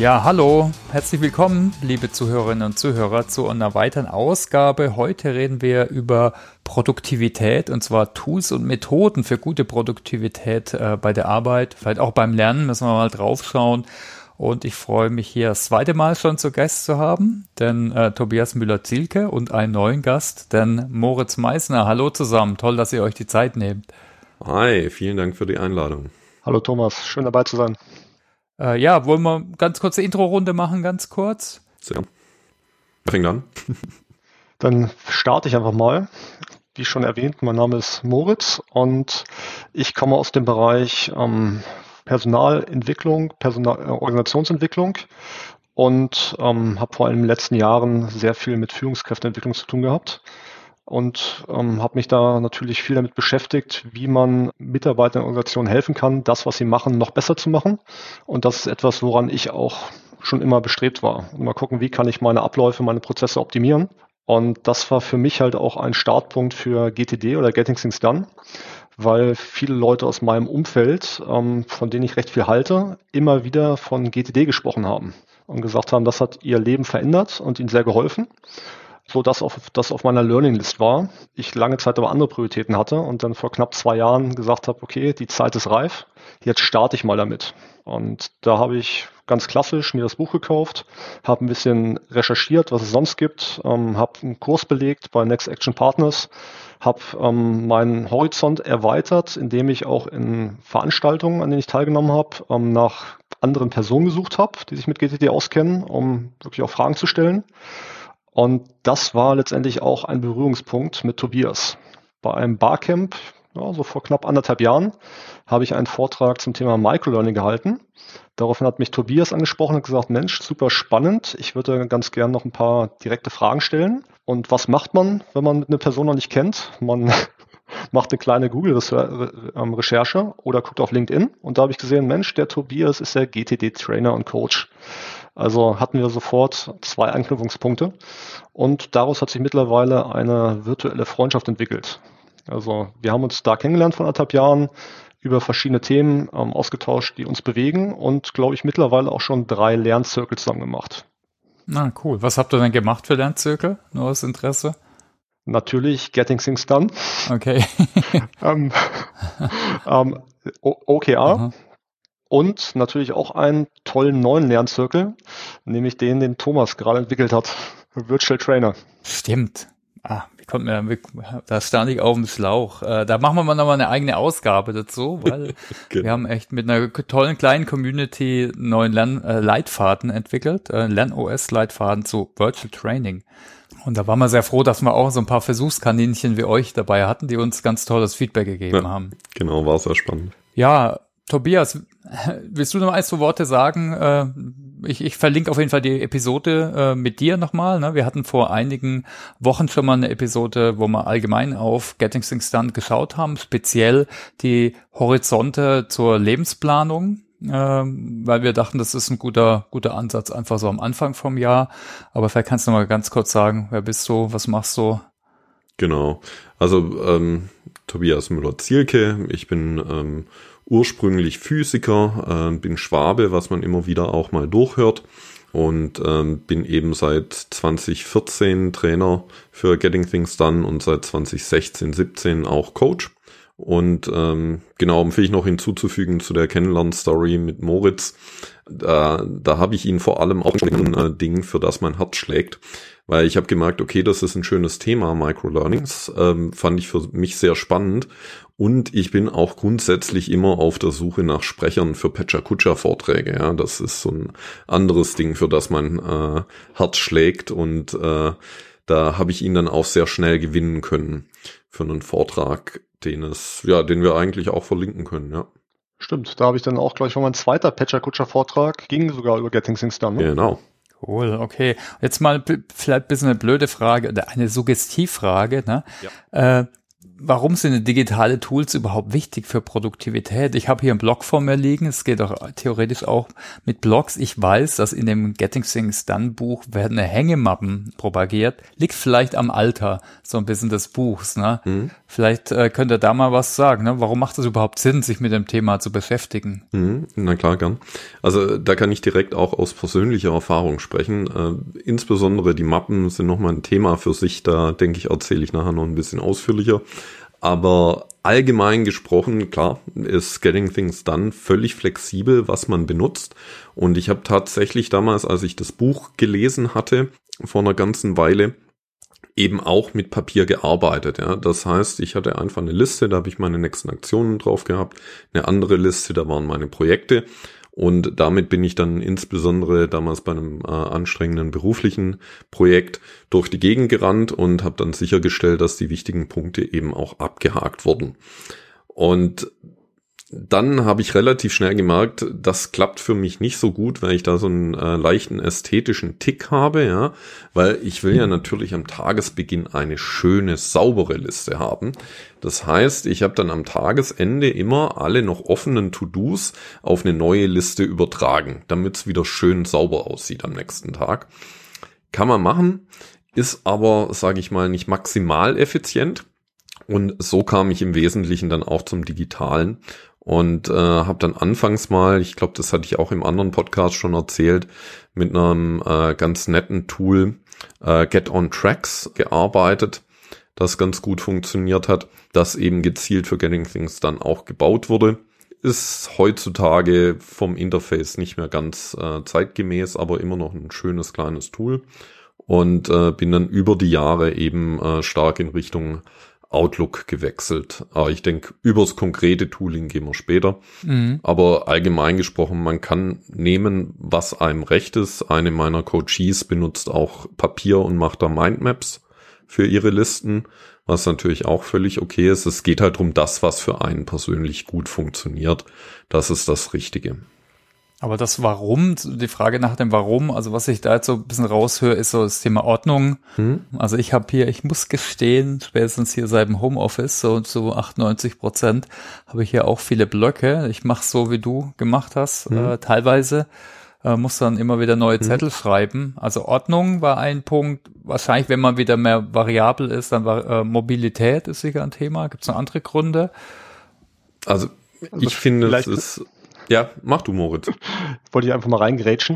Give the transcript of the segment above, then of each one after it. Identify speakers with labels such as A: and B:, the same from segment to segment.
A: Ja, hallo, herzlich willkommen, liebe Zuhörerinnen und Zuhörer, zu einer weiteren Ausgabe. Heute reden wir über Produktivität, und zwar Tools und Methoden für gute Produktivität bei der Arbeit. Vielleicht auch beim Lernen müssen wir mal drauf schauen. Und ich freue mich hier das zweite Mal schon zu Gast zu haben, denn Tobias Müller-Zielke und einen neuen Gast, denn Moritz Meissner. Hallo zusammen, toll, dass ihr euch die Zeit nehmt.
B: Hi, vielen Dank für die Einladung.
C: Hallo Thomas, schön dabei zu sein.
A: Ja, wollen wir ganz kurze Intro-Runde machen, ganz kurz?
B: Sehr. Wer fängt an?
C: Dann starte ich einfach mal. Wie schon erwähnt, mein Name ist Moritz und ich komme aus dem Bereich Personalentwicklung, Organisationsentwicklung und habe vor allem in den letzten Jahren sehr viel mit Führungskräfteentwicklung zu tun gehabt. Und habe mich da natürlich viel damit beschäftigt, wie man Mitarbeitern in Organisationen helfen kann, das, was sie machen, noch besser zu machen. Und das ist etwas, woran ich auch schon immer bestrebt war. Und mal gucken, wie kann ich meine Abläufe, meine Prozesse optimieren. Und das war für mich halt auch ein Startpunkt für GTD oder Getting Things Done, weil viele Leute aus meinem Umfeld, von denen ich recht viel halte, immer wieder von GTD gesprochen haben und gesagt haben, das hat ihr Leben verändert und ihnen sehr geholfen. So dass das auf meiner Learning List war. Ich lange Zeit aber andere Prioritäten hatte und dann vor knapp 2 Jahren gesagt habe, okay, die Zeit ist reif, jetzt starte ich mal damit. Und da habe ich ganz klassisch mir das Buch gekauft, habe ein bisschen recherchiert, was es sonst gibt, habe einen Kurs belegt bei Next Action Partners, habe meinen Horizont erweitert, indem ich auch in Veranstaltungen, an denen ich teilgenommen habe, nach anderen Personen gesucht habe, die sich mit GTD auskennen, um wirklich auch Fragen zu stellen. Und das war letztendlich auch ein Berührungspunkt mit Tobias. Bei einem Barcamp, ja, so vor knapp 1,5 Jahren, habe ich einen Vortrag zum Thema Microlearning gehalten. Daraufhin hat mich Tobias angesprochen und gesagt, Mensch, super spannend. Ich würde ganz gern noch ein paar direkte Fragen stellen. Und was macht man, wenn man eine Person noch nicht kennt? Man macht eine kleine Google-Recherche oder guckt auf LinkedIn. Und da habe ich gesehen, Mensch, der Tobias ist der GTD-Trainer und Coach. Also hatten wir sofort 2 Anknüpfungspunkte und daraus hat sich mittlerweile eine virtuelle Freundschaft entwickelt. Also wir haben uns da kennengelernt vor 1,5 Jahren, über verschiedene Themen ausgetauscht, die uns bewegen und, glaube ich, mittlerweile auch schon 3 Lernzirkel zusammen gemacht.
A: Na cool. Was habt ihr denn gemacht für Lernzirkel? Nur aus Interesse?
C: Natürlich Getting Things Done.
A: Okay.
C: OKR.
A: Aha.
C: Und natürlich auch einen tollen neuen Lernzirkel, nämlich den Thomas gerade entwickelt hat, Virtual Trainer.
A: Stimmt. Da stand ich auf dem Schlauch. Da machen wir mal nochmal eine eigene Ausgabe dazu, weil
B: Genau.
A: wir haben echt mit einer tollen kleinen Community einen neuen Leitfaden entwickelt, LernOS-Leitfaden zu Virtual Training. Und da waren wir sehr froh, dass wir auch so ein paar Versuchskaninchen wie euch dabei hatten, die uns ganz tolles Feedback gegeben haben.
B: Genau, war sehr spannend.
A: Ja, Tobias, willst du noch 1, 2 Worte sagen? Ich verlinke auf jeden Fall die Episode mit dir nochmal. Ne? Wir hatten vor einigen Wochen schon mal eine Episode, wo wir allgemein auf Getting Things Done geschaut haben, speziell die Horizonte zur Lebensplanung, weil wir dachten, das ist ein guter Ansatz, einfach so am Anfang vom Jahr. Aber vielleicht kannst du noch mal ganz kurz sagen, wer bist du, was machst du?
B: Genau, also Tobias Müller-Zielke, ich bin ursprünglich Physiker, bin Schwabe, was man immer wieder auch mal durchhört und bin eben seit 2014 Trainer für Getting Things Done und seit 2016, 17 auch Coach. Und genau, um vielleicht noch hinzuzufügen zu der Kennenlern-Story mit Moritz, da habe ich ihn vor allem auch schon ein Ding, für das mein Herz schlägt, weil ich habe gemerkt, okay, das ist ein schönes Thema, Microlearnings, fand ich für mich sehr spannend und ich bin auch grundsätzlich immer auf der Suche nach Sprechern für Pecha-Kutscher-Vorträge, ja, das ist so ein anderes Ding, für das mein Herz schlägt und da habe ich ihn dann auch sehr schnell gewinnen können für einen Vortrag, den wir eigentlich auch verlinken können, ja.
C: Stimmt, da habe ich dann auch gleich schon mein zweiter Pecha-Kutscher-Vortrag, ging sogar über Getting Things Done. Ne?
B: Genau.
A: Cool, okay. Jetzt mal vielleicht ein bisschen eine blöde Frage oder eine Suggestivfrage. Ne?
B: Ja.
A: warum sind denn digitale Tools überhaupt wichtig für Produktivität? Ich habe hier einen Blog vor mir liegen, es geht auch theoretisch auch mit Blogs. Ich weiß, dass in dem Getting Things Done Buch werden Hängemappen propagiert. Liegt vielleicht am Alter so ein bisschen des Buchs. Ne? Vielleicht könnt ihr da mal was sagen. Ne? Warum macht es überhaupt Sinn, sich mit dem Thema zu beschäftigen?
B: Na klar, gern. Also da kann ich direkt auch aus persönlicher Erfahrung sprechen. Insbesondere die Mappen sind nochmal ein Thema für sich. Da denke ich, erzähle ich nachher noch ein bisschen ausführlicher. Aber allgemein gesprochen, klar, ist Getting Things Done völlig flexibel, was man benutzt. Und ich habe tatsächlich damals, als ich das Buch gelesen hatte, vor einer ganzen Weile, eben auch mit Papier gearbeitet. Ja. Das heißt, ich hatte einfach eine Liste, da habe ich meine nächsten Aktionen drauf gehabt. Eine andere Liste, da waren meine Projekte. Und damit bin ich dann insbesondere damals bei einem anstrengenden beruflichen Projekt durch die Gegend gerannt und habe dann sichergestellt, dass die wichtigen Punkte eben auch abgehakt wurden. Und dann habe ich relativ schnell gemerkt, das klappt für mich nicht so gut, weil ich da so einen leichten ästhetischen Tick habe, ja, weil ich will ja natürlich am Tagesbeginn eine schöne, saubere Liste haben. Das heißt, ich habe dann am Tagesende immer alle noch offenen To-Dos auf eine neue Liste übertragen, damit es wieder schön sauber aussieht am nächsten Tag. Kann man machen, ist aber, sage ich mal, nicht maximal effizient. Und so kam ich im Wesentlichen dann auch zum Digitalen. Und habe dann anfangs mal, ich glaube, das hatte ich auch im anderen Podcast schon erzählt, mit einem ganz netten Tool Get on Tracks gearbeitet, das ganz gut funktioniert hat, das eben gezielt für Getting Things dann auch gebaut wurde. Ist heutzutage vom Interface nicht mehr ganz zeitgemäß, aber immer noch ein schönes kleines Tool. Und bin dann über die Jahre eben stark in Richtung Outlook gewechselt. Aber ich denke, übers konkrete Tooling gehen wir später. Aber allgemein gesprochen, man kann nehmen, was einem recht ist. Eine meiner Coaches benutzt auch Papier und macht da Mindmaps für ihre Listen, was natürlich auch völlig okay ist. Es geht halt darum, das, was für einen persönlich gut funktioniert. Das ist das Richtige.
A: Aber das Warum, die Frage nach dem Warum, also was ich da jetzt so ein bisschen raushöre, ist so das Thema Ordnung. Also ich habe hier, ich muss gestehen, spätestens hier seit dem Homeoffice, so 98%, habe ich hier auch viele Blöcke. Ich mache so, wie du gemacht hast, teilweise. Muss dann immer wieder neue Zettel schreiben. Also Ordnung war ein Punkt. Wahrscheinlich, wenn man wieder mehr variabel ist, dann war Mobilität ist sicher ein Thema. Gibt es noch andere Gründe?
B: Also ich finde, es ist... Ja, mach du, Moritz.
C: Wollte ich einfach mal reingrätschen.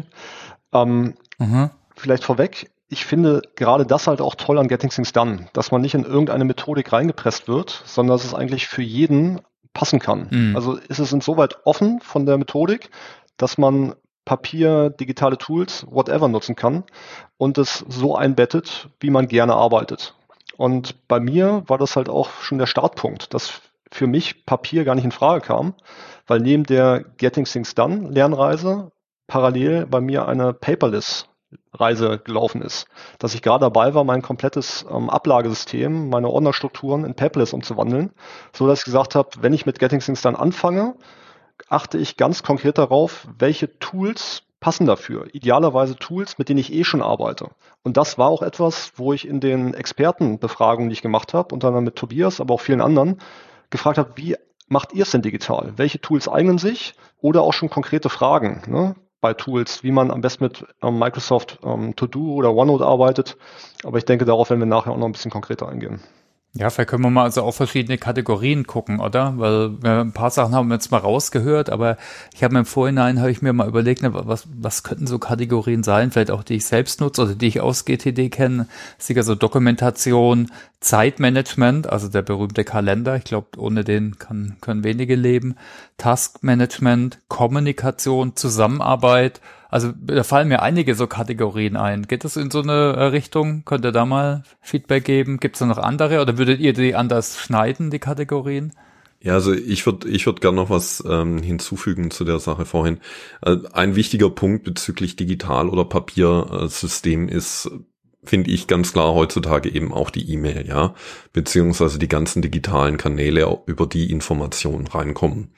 C: Vielleicht vorweg, ich finde gerade das halt auch toll an Getting Things Done, dass man nicht in irgendeine Methodik reingepresst wird, sondern dass es eigentlich für jeden passen kann. Also ist es insoweit offen von der Methodik, dass man Papier, digitale Tools, whatever nutzen kann und es so einbettet, wie man gerne arbeitet. Und bei mir war das halt auch schon der Startpunkt, dass für mich Papier gar nicht in Frage kam, weil neben der Getting Things Done Lernreise parallel bei mir eine Paperless-Reise gelaufen ist. Dass ich gerade dabei war, mein komplettes Ablagesystem, meine Ordnerstrukturen in Paperless umzuwandeln, so dass ich gesagt habe, wenn ich mit Getting Things Done anfange, achte ich ganz konkret darauf, welche Tools passen dafür. Idealerweise Tools, mit denen ich schon arbeite. Und das war auch etwas, wo ich in den Expertenbefragungen, die ich gemacht habe, unter anderem mit Tobias, aber auch vielen anderen, gefragt habe, wie macht ihr es denn digital? Welche Tools eignen sich? Oder auch schon konkrete Fragen, ne, bei Tools, wie man am besten mit Microsoft To-Do oder OneNote arbeitet. Aber ich denke, darauf werden wir nachher auch noch ein bisschen konkreter eingehen.
A: Ja, vielleicht können wir mal also auf verschiedene Kategorien gucken, oder? Weil ein paar Sachen haben wir jetzt mal rausgehört, aber ich habe mir im Vorhinein, habe ich mir mal überlegt, was könnten so Kategorien sein, vielleicht auch die ich selbst nutze oder die ich aus GTD kenne. Sicher so Dokumentation, Zeitmanagement, also der berühmte Kalender, ich glaube, ohne den können wenige leben, Taskmanagement, Kommunikation, Zusammenarbeit. Also da fallen mir einige so Kategorien ein. Geht das in so eine Richtung? Könnt ihr da mal Feedback geben? Gibt es da noch andere oder würdet ihr die anders schneiden, die Kategorien?
B: Ja, also ich würd gerne noch was hinzufügen zu der Sache vorhin. Ein wichtiger Punkt bezüglich Digital- oder Papiersystem ist, finde ich ganz klar heutzutage eben auch die E-Mail, ja, beziehungsweise die ganzen digitalen Kanäle, über die Informationen reinkommen.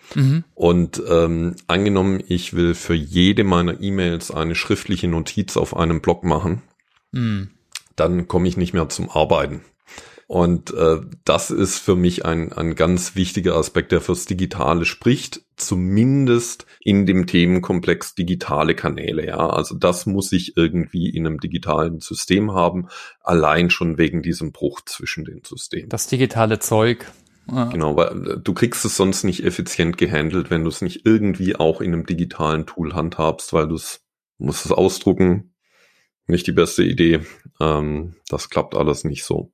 B: Und angenommen, ich will für jede meiner E-Mails eine schriftliche Notiz auf einem Blog machen, dann komme ich nicht mehr zum Arbeiten. Und das ist für mich ein ganz wichtiger Aspekt, der fürs Digitale spricht, zumindest in dem Themenkomplex digitale Kanäle. Ja, also das muss ich irgendwie in einem digitalen System haben, allein schon wegen diesem Bruch zwischen den Systemen.
A: Das digitale Zeug.
B: Genau, weil du kriegst es sonst nicht effizient gehandelt, wenn du es nicht irgendwie auch in einem digitalen Tool handhabst, weil musst es ausdrucken. Nicht die beste Idee. Das klappt alles nicht so.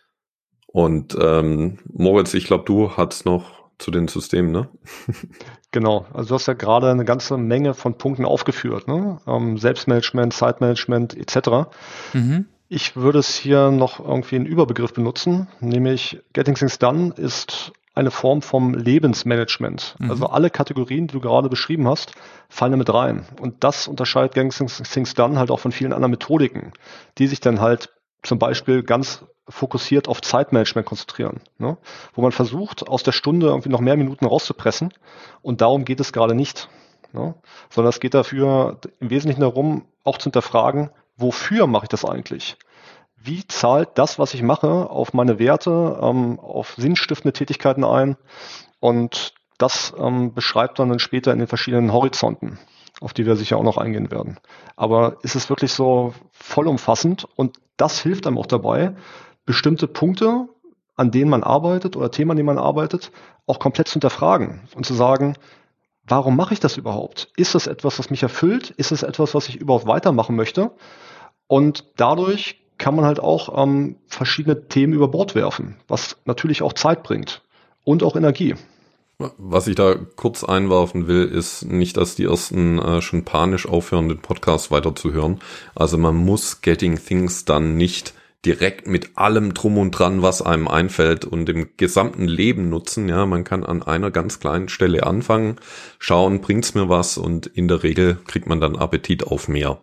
B: Und Moritz, ich glaube, du hattest noch zu den Systemen, ne?
C: Genau, also du hast ja gerade eine ganze Menge von Punkten aufgeführt, ne? Selbstmanagement, Zeitmanagement etc.
A: Mhm.
C: Ich würde es hier noch irgendwie einen Überbegriff benutzen, nämlich Getting Things Done ist eine Form vom Lebensmanagement. Also alle Kategorien, die du gerade beschrieben hast, fallen damit rein. Und das unterscheidet Getting Things Done halt auch von vielen anderen Methodiken, die sich dann halt zum Beispiel ganz fokussiert auf Zeitmanagement konzentrieren, ne? Wo man versucht, aus der Stunde irgendwie noch mehr Minuten rauszupressen. Und darum geht es gerade nicht, ne? Sondern es geht dafür im Wesentlichen darum, auch zu hinterfragen, wofür mache ich das eigentlich? Wie zahlt das, was ich mache, auf meine Werte, auf sinnstiftende Tätigkeiten ein? Und das beschreibt dann später in den verschiedenen Horizonten, auf die wir sicher auch noch eingehen werden. Aber ist es wirklich so vollumfassend? Und das hilft einem auch dabei, bestimmte Punkte, an denen man arbeitet oder Themen, an denen man arbeitet, auch komplett zu hinterfragen und zu sagen, warum mache ich das überhaupt? Ist das etwas, was mich erfüllt? Ist es etwas, was ich überhaupt weitermachen möchte? Und dadurch kann man halt auch verschiedene Themen über Bord werfen, was natürlich auch Zeit bringt und auch Energie.
B: Was ich da kurz einwerfen will, ist nicht, dass die ersten schon panisch aufhören, den Podcast weiterzuhören. Also man muss Getting Things dann nicht direkt mit allem drum und dran, was einem einfällt und dem gesamten Leben nutzen. Ja, man kann an einer ganz kleinen Stelle anfangen, schauen, bringt's mir was, und in der Regel kriegt man dann Appetit auf mehr.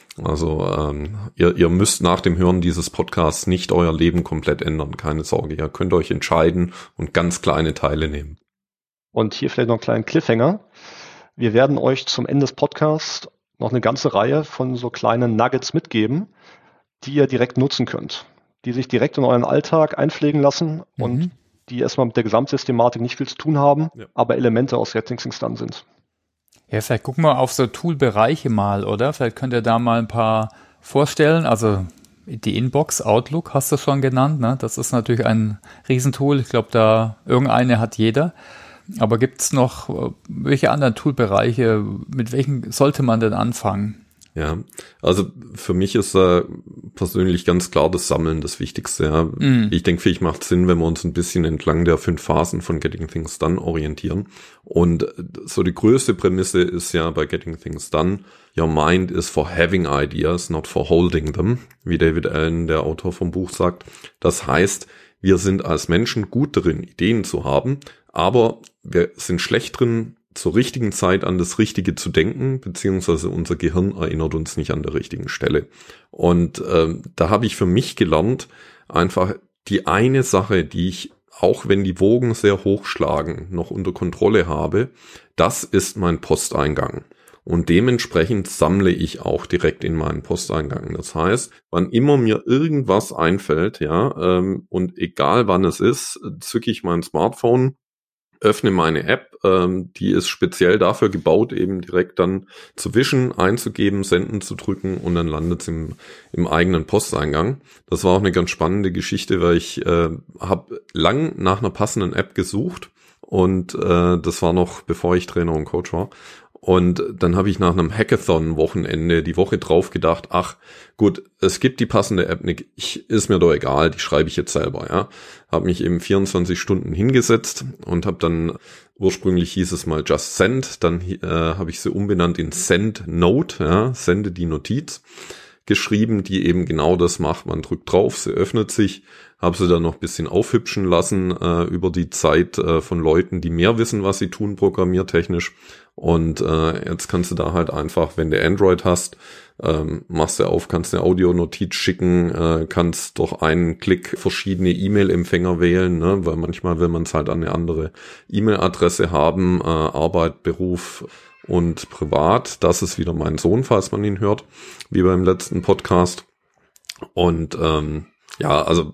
B: Also ihr müsst nach dem Hören dieses Podcasts nicht euer Leben komplett ändern, keine Sorge. Ihr könnt euch entscheiden und ganz kleine Teile nehmen.
C: Und hier vielleicht noch einen kleinen Cliffhanger. Wir werden euch zum Ende des Podcasts noch eine ganze Reihe von so kleinen Nuggets mitgeben, die ihr direkt nutzen könnt, die sich direkt in euren Alltag einpflegen lassen und die erstmal mit der Gesamtsystematik nicht viel zu tun haben, aber Elemente aus Getting Things Done sind.
A: Ja, vielleicht gucken wir auf so Toolbereiche mal, oder? Vielleicht könnt ihr da mal ein paar vorstellen. Also die Inbox, Outlook hast du schon genannt, ne? Das ist natürlich ein Riesentool. Ich glaube, da irgendeine hat jeder. Aber gibt es noch welche anderen Toolbereiche, mit welchen sollte man denn anfangen?
B: Ja, also für mich ist persönlich ganz klar das Sammeln das Wichtigste. Ja. Ich denke, vielleicht macht es Sinn, wenn wir uns ein bisschen entlang der 5 Phasen von Getting Things Done orientieren. Und so die größte Prämisse ist ja bei Getting Things Done, your mind is for having ideas, not for holding them, wie David Allen, der Autor vom Buch, sagt. Das heißt, wir sind als Menschen gut darin, Ideen zu haben, aber wir sind schlecht drin, zur richtigen Zeit an das Richtige zu denken, beziehungsweise unser Gehirn erinnert uns nicht an der richtigen Stelle. Und da habe ich für mich gelernt, einfach die eine Sache, die ich, auch wenn die Wogen sehr hoch schlagen, noch unter Kontrolle habe, das ist mein Posteingang. Und dementsprechend sammle ich auch direkt in meinen Posteingang. Das heißt, wann immer mir irgendwas einfällt, ja, und egal wann es ist, zücke ich mein Smartphone, öffne meine App, die ist speziell dafür gebaut, eben direkt dann zu wischen, einzugeben, senden zu drücken, und dann landet es im eigenen Posteingang. Das war auch eine ganz spannende Geschichte, weil ich habe lang nach einer passenden App gesucht, und das war noch bevor ich Trainer und Coach war. Und dann habe ich nach einem Hackathon-Wochenende die Woche drauf gedacht, ach gut, es gibt die passende App, ist mir doch egal, die schreibe ich jetzt selber, ja. Habe mich eben 24 Stunden hingesetzt und habe dann, ursprünglich hieß es mal Just Send, dann habe ich sie umbenannt in Send Note, ja, sende die Notiz, geschrieben, die eben genau das macht. Man drückt drauf, sie öffnet sich, habe sie dann noch ein bisschen aufhübschen lassen über die Zeit von Leuten, die mehr wissen, was sie tun, programmiertechnisch. Und jetzt kannst du da halt einfach, wenn du Android hast, machst du auf, kannst eine Audionotiz schicken, kannst durch einen Klick verschiedene E-Mail-Empfänger wählen, ne? Weil manchmal will man es halt an eine andere E-Mail-Adresse haben, Arbeit, Beruf und privat. Das ist wieder mein Sohn, falls man ihn hört, wie beim letzten Podcast. Und ja, also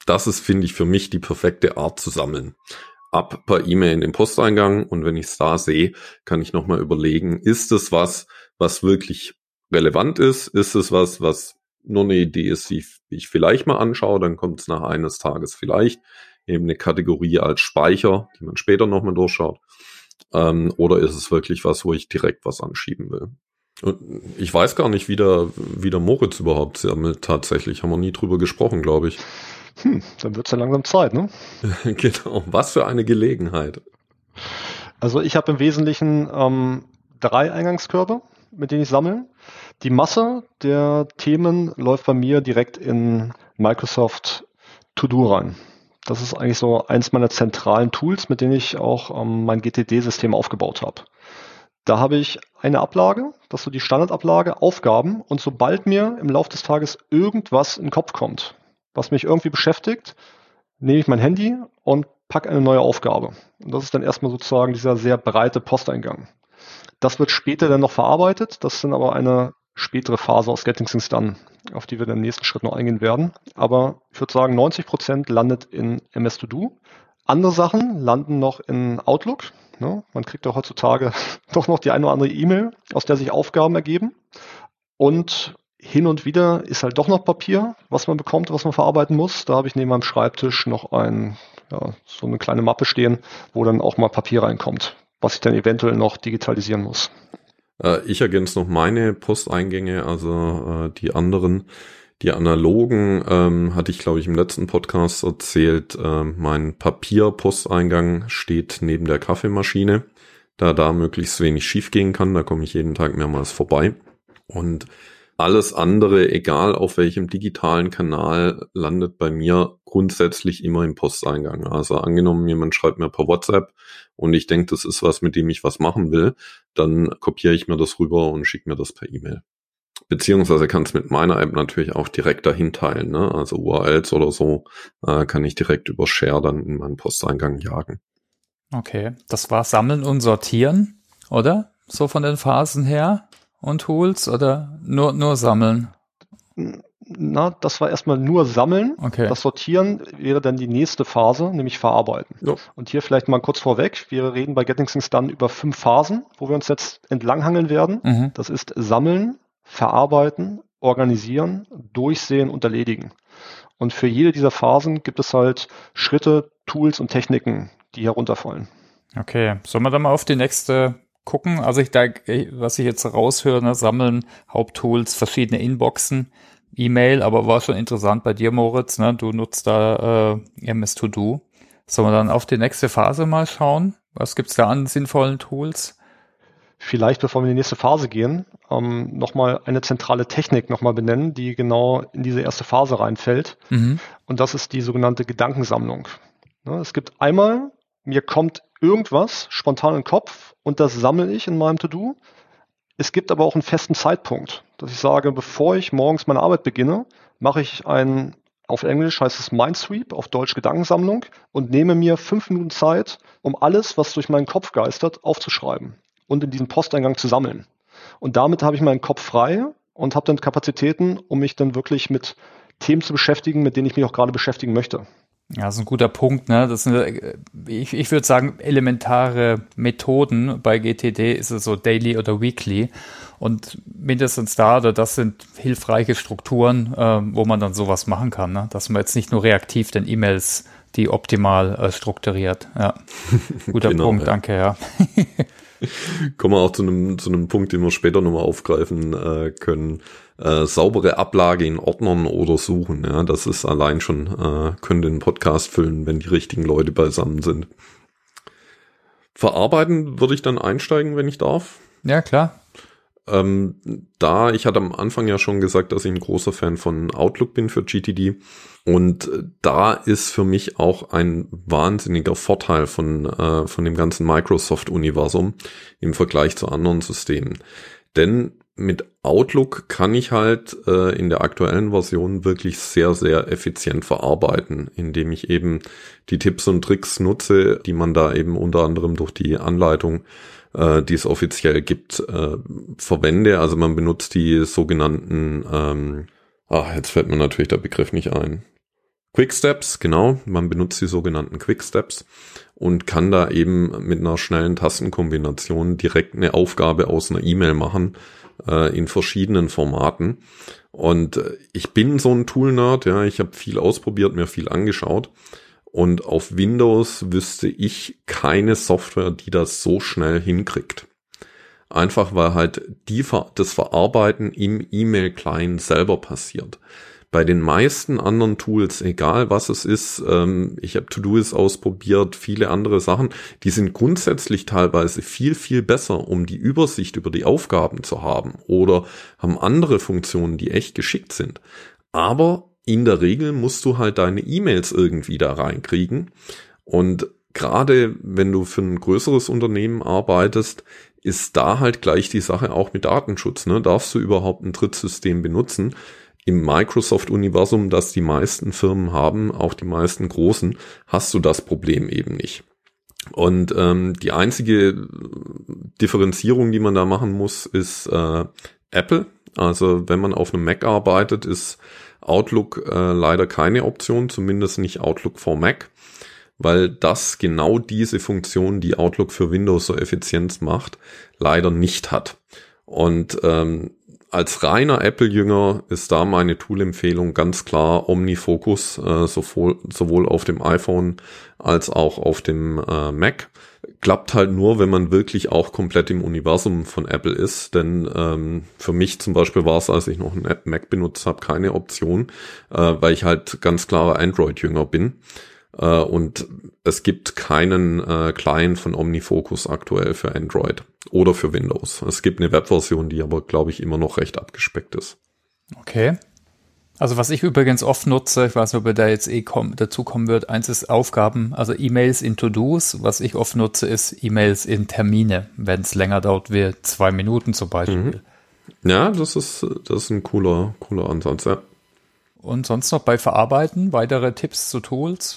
B: das ist, finde ich, für mich die perfekte Art zu sammeln. Ab per E-Mail in den Posteingang und wenn ich es da sehe, kann ich nochmal überlegen, ist es was wirklich relevant ist? Ist es was nur eine Idee ist, die ich vielleicht mal anschaue, dann kommt es nach eines Tages vielleicht eben eine Kategorie als Speicher, die man später nochmal durchschaut. Oder ist es wirklich was, wo ich direkt was anschieben will? Und ich weiß gar nicht, wie der Moritz überhaupt sammelt. Tatsächlich haben wir nie drüber gesprochen, glaube ich.
C: Dann wird's ja langsam Zeit, ne?
B: Genau, was für eine Gelegenheit.
C: Also ich habe im Wesentlichen 3 Eingangskörbe, mit denen ich sammle. Die Masse der Themen läuft bei mir direkt in Microsoft To-Do rein. Das ist eigentlich so eins meiner zentralen Tools, mit denen ich auch mein GTD-System aufgebaut habe. Da habe ich eine Ablage, das ist so die Standardablage, Aufgaben, und sobald mir im Laufe des Tages irgendwas in den Kopf kommt, was mich irgendwie beschäftigt, nehme ich mein Handy und packe eine neue Aufgabe. Und das ist dann erstmal sozusagen dieser sehr breite Posteingang. Das wird später dann noch verarbeitet, das sind aber eine spätere Phase aus Getting Things Done, auf die wir dann im nächsten Schritt noch eingehen werden. Aber ich würde sagen, 90% landet in MS To Do. Andere Sachen landen noch in Outlook. Ne? Man kriegt ja heutzutage doch noch die eine oder andere E-Mail, aus der sich Aufgaben ergeben. Und hin und wieder ist halt doch noch Papier, was man bekommt, was man verarbeiten muss. Da habe ich neben meinem Schreibtisch noch so eine kleine Mappe stehen, wo dann auch mal Papier reinkommt, was ich dann eventuell noch digitalisieren muss.
B: Ich ergänze noch meine Posteingänge, also die anderen. Die analogen hatte ich, glaube ich, im letzten Podcast erzählt. Mein Papierposteingang steht neben der Kaffeemaschine, da möglichst wenig schief gehen kann. Da komme ich jeden Tag mehrmals vorbei. Und alles andere, egal auf welchem digitalen Kanal, landet bei mir grundsätzlich immer im Posteingang. Also angenommen, jemand schreibt mir per WhatsApp und ich denke, das ist was, mit dem ich was machen will, dann kopiere ich mir das rüber und schicke mir das per E-Mail. Beziehungsweise kann es mit meiner App natürlich auch direkt dahin teilen, ne? Also URLs oder so kann ich direkt über Share dann in meinen Posteingang jagen.
A: Okay, das war Sammeln und Sortieren, oder? So von den Phasen her und Tools oder nur Sammeln?
C: Na, das war erstmal nur Sammeln.
A: Okay.
C: Das Sortieren wäre dann die nächste Phase, nämlich Verarbeiten.
B: Ja.
C: Und hier vielleicht mal kurz vorweg. Wir reden bei Getting Things Done über 5 Phasen, wo wir uns jetzt entlanghangeln werden.
A: Mhm.
C: Das ist Sammeln, Verarbeiten, Organisieren, Durchsehen und Erledigen. Und für jede dieser Phasen gibt es halt Schritte, Tools und Techniken, die herunterfallen.
A: Okay, sollen wir dann mal auf die nächste gucken? Also was ich jetzt raushöre, ne, Sammeln, Haupttools, verschiedene Inboxen, E-Mail, aber war schon interessant bei dir, Moritz, ne? Du nutzt da MS To Do. Sollen wir dann auf die nächste Phase mal schauen? Was gibt's da an sinnvollen Tools?
C: Vielleicht, bevor wir in die nächste Phase gehen, nochmal eine zentrale Technik nochmal benennen, die genau in diese erste Phase reinfällt.
A: Mhm.
C: Und das ist die sogenannte Gedankensammlung. Ne, es gibt einmal, mir kommt irgendwas spontan in den Kopf und das sammle ich in meinem To-Do. Es gibt aber auch einen festen Zeitpunkt, dass ich sage, bevor ich morgens meine Arbeit beginne, mache ich auf Englisch heißt es Mindsweep, auf Deutsch Gedankensammlung, und nehme mir 5 Minuten Zeit, um alles, was durch meinen Kopf geistert, aufzuschreiben und in diesen Posteingang zu sammeln. Und damit habe ich meinen Kopf frei und habe dann Kapazitäten, um mich dann wirklich mit Themen zu beschäftigen, mit denen ich mich auch gerade beschäftigen möchte.
A: Ja, das ist ein guter Punkt, ne? Das sind, ich würde sagen, elementare Methoden. Bei GTD ist es so Daily oder Weekly. Und mindestens das sind hilfreiche Strukturen, wo man dann sowas machen kann, ne? Dass man jetzt nicht nur reaktiv den E-Mails die optimal strukturiert. Ja, guter
B: Genau,
A: Punkt,
B: ja.
A: danke, ja.
B: Kommen wir auch zu einem Punkt, den wir später nochmal aufgreifen können. Saubere Ablage in Ordnern oder Suchen. Ja, das ist allein schon, können den Podcast füllen, wenn die richtigen Leute beisammen sind. Verarbeiten würde ich dann einsteigen, wenn ich darf.
A: Ja, klar.
B: Ich hatte am Anfang ja schon gesagt, dass ich ein großer Fan von Outlook bin für GTD. Und da ist für mich auch ein wahnsinniger Vorteil von dem ganzen Microsoft-Universum im Vergleich zu anderen Systemen. Denn mit Outlook kann ich halt in der aktuellen Version wirklich sehr, sehr effizient verarbeiten, indem ich eben die Tipps und Tricks nutze, die man da eben unter anderem durch die Anleitung, die es offiziell gibt, verwende. Also man benutzt die sogenannten, jetzt fällt mir natürlich der Begriff nicht ein. Quicksteps, genau. Man benutzt die sogenannten Quicksteps und kann da eben mit einer schnellen Tastenkombination direkt eine Aufgabe aus einer E-Mail machen, in verschiedenen Formaten. Und ich bin so ein Tool-Nerd, ja, ich habe viel ausprobiert, mir viel angeschaut. Und auf Windows wüsste ich keine Software, die das so schnell hinkriegt. Einfach weil halt das Verarbeiten im E-Mail-Client selber passiert. Bei den meisten anderen Tools, egal was es ist, ich habe Todoist ausprobiert, viele andere Sachen, die sind grundsätzlich teilweise viel, viel besser, um die Übersicht über die Aufgaben zu haben oder haben andere Funktionen, die echt geschickt sind. Aber in der Regel musst du halt deine E-Mails irgendwie da reinkriegen. Und gerade wenn du für ein größeres Unternehmen arbeitest, ist da halt gleich die Sache auch mit Datenschutz. Ne? Darfst du überhaupt ein Drittsystem benutzen? Im Microsoft-Universum, das die meisten Firmen haben, auch die meisten großen, hast du das Problem eben nicht. Und die einzige Differenzierung, die man da machen muss, ist Apple. Also wenn man auf einem Mac arbeitet, ist Outlook leider keine Option, zumindest nicht Outlook for Mac, weil das genau diese Funktion, die Outlook für Windows so effizient macht, leider nicht hat. Und als reiner Apple-Jünger ist da meine Tool-Empfehlung ganz klar OmniFocus, sowohl auf dem iPhone als auch auf dem Mac. Klappt halt nur, wenn man wirklich auch komplett im Universum von Apple ist, denn für mich zum Beispiel war es, als ich noch einen Mac benutzt habe, keine Option, weil ich halt ganz klarer Android-Jünger bin. Und es gibt keinen Client von OmniFocus aktuell für Android oder für Windows. Es gibt eine Webversion, die aber, glaube ich, immer noch recht abgespeckt ist.
A: Okay. Also was ich übrigens oft nutze, ich weiß nicht, ob wir da jetzt dazu kommen wird, eins ist Aufgaben, also E-Mails in To-Dos. Was ich oft nutze, ist E-Mails in Termine, wenn es länger dauert, wie 2 Minuten zum Beispiel.
B: Ja, das ist ein cooler Ansatz, ja.
A: Und sonst noch bei Verarbeiten, weitere Tipps zu Tools?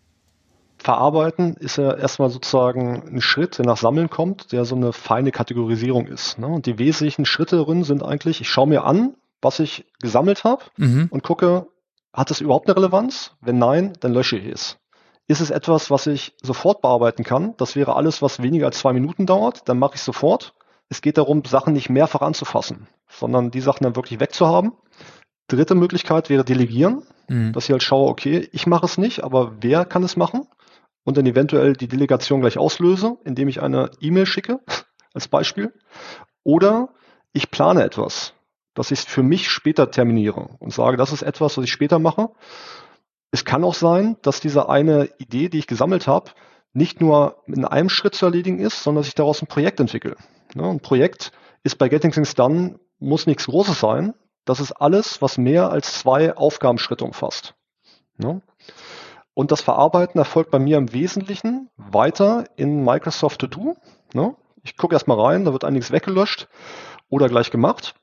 C: Verarbeiten ist ja erstmal sozusagen ein Schritt, der nach Sammeln kommt, der so eine feine Kategorisierung ist. Ne? Und die wesentlichen Schritte darin sind eigentlich, ich schaue mir an, was ich gesammelt habe und gucke, hat es überhaupt eine Relevanz? Wenn nein, dann lösche ich es. Ist es etwas, was ich sofort bearbeiten kann? Das wäre alles, was weniger als 2 Minuten dauert, dann mache ich es sofort. Es geht darum, Sachen nicht mehrfach anzufassen, sondern die Sachen dann wirklich wegzuhaben. Dritte Möglichkeit wäre Delegieren, dass ich halt schaue, okay, ich mache es nicht, aber wer kann es machen? Und dann eventuell die Delegation gleich auslöse, indem ich eine E-Mail schicke, als Beispiel. Oder ich plane etwas, dass ich es für mich später terminiere und sage, das ist etwas, was ich später mache. Es kann auch sein, dass diese eine Idee, die ich gesammelt habe, nicht nur in einem Schritt zu erledigen ist, sondern dass ich daraus ein Projekt entwickle. Ja, ein Projekt ist bei Getting Things Done, muss nichts Großes sein. Das ist alles, was mehr als 2 Aufgabenschritte umfasst. Ja. Und das Verarbeiten erfolgt bei mir im Wesentlichen weiter in Microsoft To Do. Ne? Ich gucke erstmal rein, da wird einiges weggelöscht oder gleich gemacht.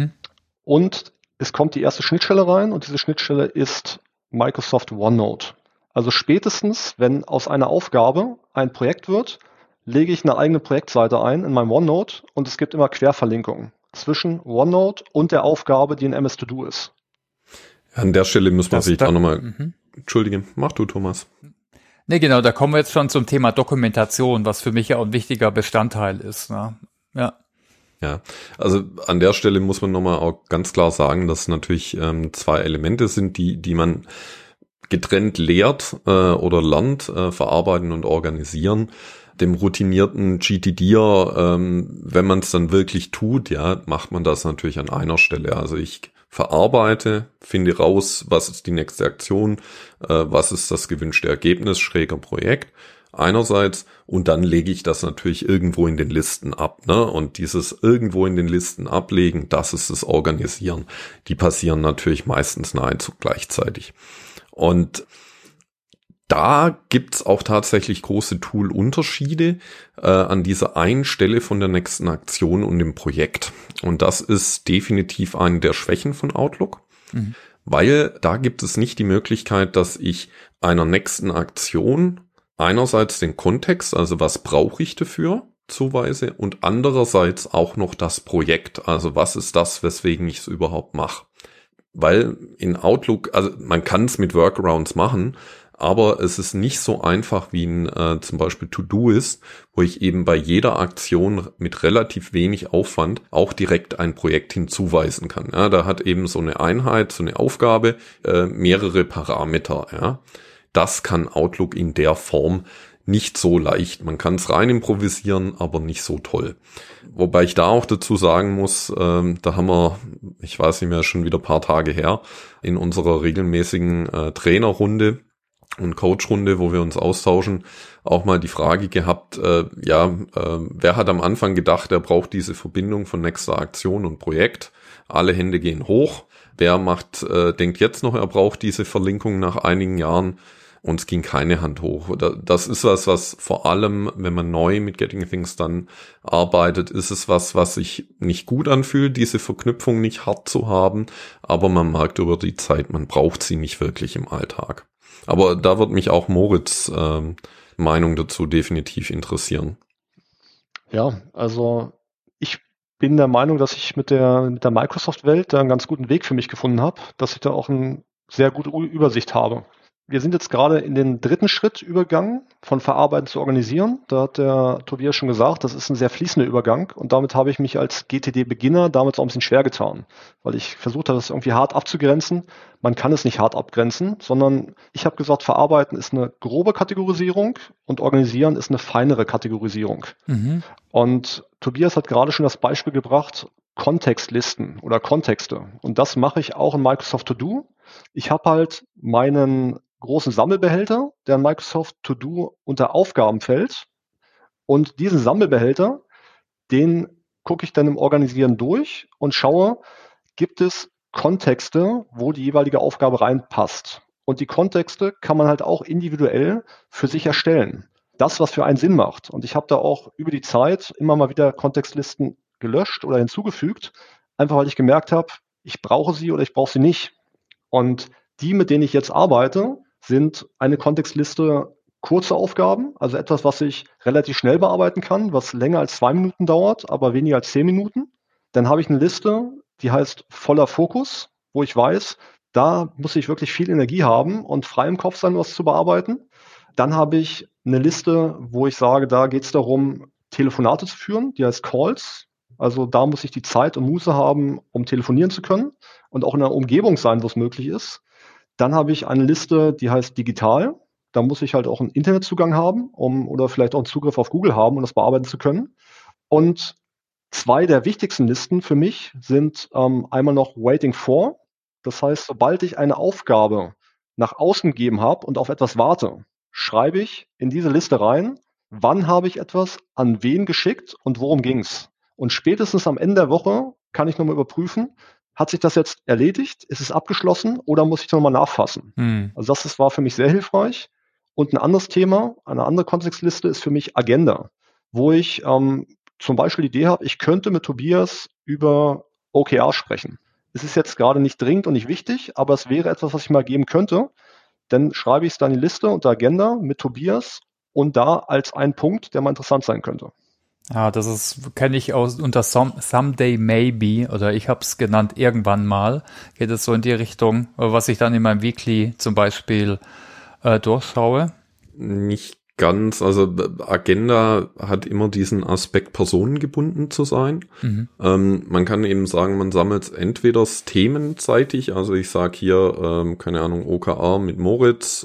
C: Und es kommt die erste Schnittstelle rein und diese Schnittstelle ist Microsoft OneNote. Also spätestens, wenn aus einer Aufgabe ein Projekt wird, lege ich eine eigene Projektseite ein in meinem OneNote und es gibt immer Querverlinkungen zwischen OneNote und der Aufgabe, die in MS To Do ist.
B: An der Stelle muss man sich auch nochmal... Entschuldige, mach du, Thomas.
A: Nee, genau, da kommen wir jetzt schon zum Thema Dokumentation, was für mich ja auch ein wichtiger Bestandteil ist. Ne?
B: Ja, also an der Stelle muss man nochmal auch ganz klar sagen, dass natürlich 2 Elemente sind, die man getrennt lehrt oder lernt, verarbeiten und organisieren. Dem routinierten GTDer, wenn man es dann wirklich tut, ja, macht man das natürlich an einer Stelle. Also ich verarbeite, finde raus, was ist die nächste Aktion, was ist das gewünschte Ergebnis, schräger Projekt einerseits, und dann lege ich das natürlich irgendwo in den Listen ab, ne? Und dieses irgendwo in den Listen ablegen, das ist das Organisieren. Die passieren natürlich meistens nahezu gleichzeitig. Und da gibt's auch tatsächlich große Tool-Unterschiede an dieser einen Stelle von der nächsten Aktion und dem Projekt. Und das ist definitiv eine der Schwächen von Outlook, weil da gibt es nicht die Möglichkeit, dass ich einer nächsten Aktion einerseits den Kontext, also was brauche ich dafür, zuweise, und andererseits auch noch das Projekt, also was ist das, weswegen ich es überhaupt mache. weil in Outlook, also man kann es mit Workarounds machen, aber es ist nicht so einfach wie ein zum Beispiel To-Do ist, wo ich eben bei jeder Aktion mit relativ wenig Aufwand auch direkt ein Projekt hinzuweisen kann. Ja, da hat eben so eine Einheit, so eine Aufgabe, mehrere Parameter. Ja. Das kann Outlook in der Form nicht so leicht. Man kann es rein improvisieren, aber nicht so toll. Wobei ich da auch dazu sagen muss, da haben wir, ich weiß nicht mehr, schon wieder ein paar Tage her, in unserer regelmäßigen Trainerrunde und Coachrunde, wo wir uns austauschen, auch mal die Frage gehabt, wer hat am Anfang gedacht, er braucht diese Verbindung von nächster Aktion und Projekt? Alle Hände gehen hoch. Wer denkt jetzt noch, er braucht diese Verlinkung nach einigen Jahren? Und es ging keine Hand hoch. Das ist was vor allem, wenn man neu mit Getting Things dann arbeitet, ist es was sich nicht gut anfühlt, diese Verknüpfung nicht hart zu haben. Aber man merkt über die Zeit, man braucht sie nicht wirklich im Alltag. Aber da wird mich auch Moritz' Meinung dazu definitiv interessieren.
C: Ja, also ich bin der Meinung, dass ich mit der Microsoft-Welt da einen ganz guten Weg für mich gefunden habe, dass ich da auch eine sehr gute Übersicht habe. Wir sind jetzt gerade in den dritten Schritt übergegangen, von Verarbeiten zu organisieren. Da hat der Tobias schon gesagt, das ist ein sehr fließender Übergang und damit habe ich mich als GTD-Beginner damals auch ein bisschen schwer getan, weil ich versucht habe, das irgendwie hart abzugrenzen. Man kann es nicht hart abgrenzen, sondern ich habe gesagt, Verarbeiten ist eine grobe Kategorisierung und Organisieren ist eine feinere Kategorisierung. Mhm. Und Tobias hat gerade schon das Beispiel gebracht, Kontextlisten oder Kontexte. Und das mache ich auch in Microsoft To Do. Ich habe halt meinen großen Sammelbehälter, der in Microsoft To Do unter Aufgaben fällt. Und diesen Sammelbehälter, den gucke ich dann im Organisieren durch und schaue, gibt es Kontexte, wo die jeweilige Aufgabe reinpasst. Und die Kontexte kann man halt auch individuell für sich erstellen. Das, was für einen Sinn macht. Und ich habe da auch über die Zeit immer mal wieder Kontextlisten gelöscht oder hinzugefügt, einfach weil ich gemerkt habe, ich brauche sie oder ich brauche sie nicht. Und die, mit denen ich jetzt arbeite, sind eine Kontextliste kurze Aufgaben, also etwas, was ich relativ schnell bearbeiten kann, was länger als 2 Minuten dauert, aber weniger als 10 Minuten. Dann habe ich eine Liste, die heißt voller Fokus, wo ich weiß, da muss ich wirklich viel Energie haben und frei im Kopf sein, was zu bearbeiten. Dann habe ich eine Liste, wo ich sage, da geht es darum, Telefonate zu führen, die heißt Calls. Also da muss ich die Zeit und Muße haben, um telefonieren zu können und auch in einer Umgebung sein, wo es möglich ist. Dann habe ich eine Liste, die heißt digital. Da muss ich halt auch einen Internetzugang haben, oder vielleicht auch einen Zugriff auf Google haben, um das bearbeiten zu können. Und 2 der wichtigsten Listen für mich sind einmal noch Waiting for. Das heißt, sobald ich eine Aufgabe nach außen gegeben habe und auf etwas warte, schreibe ich in diese Liste rein, wann habe ich etwas an wen geschickt und worum ging es. Und spätestens am Ende der Woche kann ich nochmal überprüfen, hat sich das jetzt erledigt? Ist es abgeschlossen oder muss ich nochmal nachfassen? Also das war für mich sehr hilfreich. Und ein anderes Thema, eine andere Kontextliste ist für mich Agenda, wo ich zum Beispiel die Idee habe, ich könnte mit Tobias über OKR sprechen. Es ist jetzt gerade nicht dringend und nicht wichtig, aber es wäre etwas, was ich mal geben könnte. Dann schreibe ich es da in die Liste unter Agenda mit Tobias und da als ein Punkt, der mal interessant sein könnte.
A: Ja, kenne ich unter Someday Maybe, oder ich habe es genannt irgendwann mal, geht es so in die Richtung, was ich dann in meinem Weekly zum Beispiel durchschaue.
B: Nicht ganz, also Agenda hat immer diesen Aspekt, personengebunden zu sein. Mhm. Man kann eben sagen, man sammelt entweder themenseitig, also ich sage hier, keine Ahnung, OKR mit Moritz,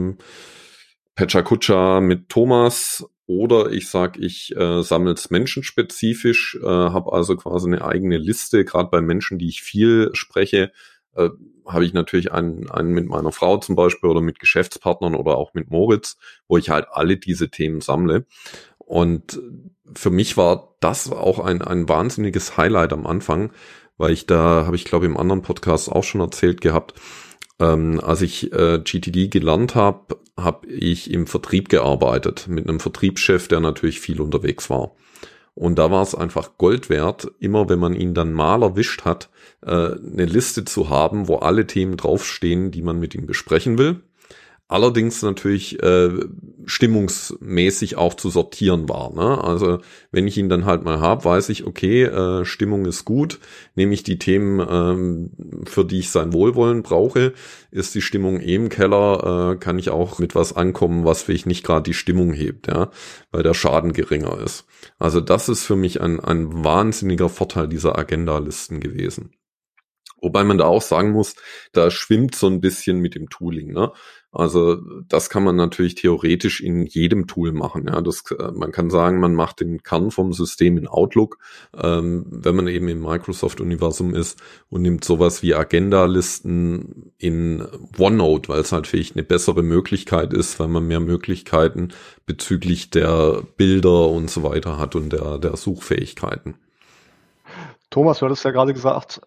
B: Pecha mit Thomas, oder ich sage, ich sammle es menschenspezifisch, habe also quasi eine eigene Liste, gerade bei Menschen, die ich viel spreche, habe ich natürlich einen mit meiner Frau zum Beispiel oder mit Geschäftspartnern oder auch mit Moritz, wo ich halt alle diese Themen sammle. Und für mich war das auch ein wahnsinniges Highlight am Anfang, weil habe ich glaube im anderen Podcast auch schon erzählt gehabt, als ich GTD gelernt habe, habe ich im Vertrieb gearbeitet mit einem Vertriebschef, der natürlich viel unterwegs war. Und da war es einfach Gold wert, immer wenn man ihn dann mal erwischt hat, eine Liste zu haben, wo alle Themen draufstehen, die man mit ihm besprechen will. allerdings natürlich stimmungsmäßig auch zu sortieren war. Ne? Also wenn ich ihn dann halt mal habe, weiß ich, okay, Stimmung ist gut, nehme ich die Themen, für die ich sein Wohlwollen brauche, ist die Stimmung im Keller, kann ich auch mit was ankommen, was vielleicht nicht gerade die Stimmung hebt, ja, weil der Schaden geringer ist. Also das ist für mich ein wahnsinniger Vorteil dieser Agenda-Listen gewesen. Wobei man da auch sagen muss, da schwimmt so ein bisschen mit dem Tooling, ne? Also das kann man natürlich theoretisch in jedem Tool machen. Ja, man kann sagen, man macht den Kern vom System in Outlook, wenn man eben im Microsoft-Universum ist und nimmt sowas wie Agenda-Listen in OneNote, weil es halt vielleicht eine bessere Möglichkeit ist, weil man mehr Möglichkeiten bezüglich der Bilder und so weiter hat und der Suchfähigkeiten.
C: Thomas, du hattest ja gerade gesagt,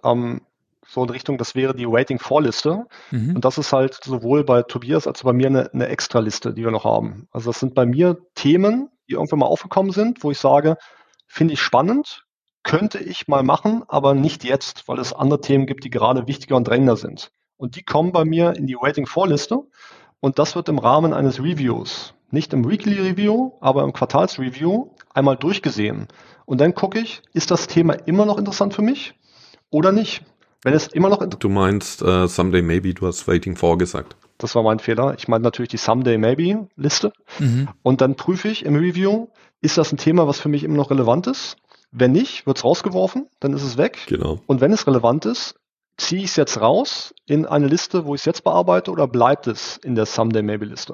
C: so in Richtung, das wäre die Waiting-For-Liste. Und das ist halt sowohl bei Tobias als auch bei mir eine Extra-Liste, die wir noch haben. Also das sind bei mir Themen, die irgendwann mal aufgekommen sind, wo ich sage, finde ich spannend, könnte ich mal machen, aber nicht jetzt, weil es andere Themen gibt, die gerade wichtiger und drängender sind. Und die kommen bei mir in die Waiting-For-Liste und das wird im Rahmen eines Reviews, nicht im Weekly Review, aber im Quartalsreview einmal durchgesehen. Und dann gucke ich, ist das Thema immer noch interessant für mich oder nicht? Wenn es immer noch...
B: Du meinst Someday Maybe, du hast Waiting For gesagt.
C: Das war mein Fehler. Ich meine natürlich die Someday Maybe Liste. Und dann prüfe ich im Review, ist das ein Thema, was für mich immer noch relevant ist? Wenn nicht, wird es rausgeworfen, dann ist es weg.
B: Genau.
C: Und wenn es relevant ist, ziehe ich es jetzt raus in eine Liste, wo ich es jetzt bearbeite, oder bleibt es in der Someday Maybe Liste?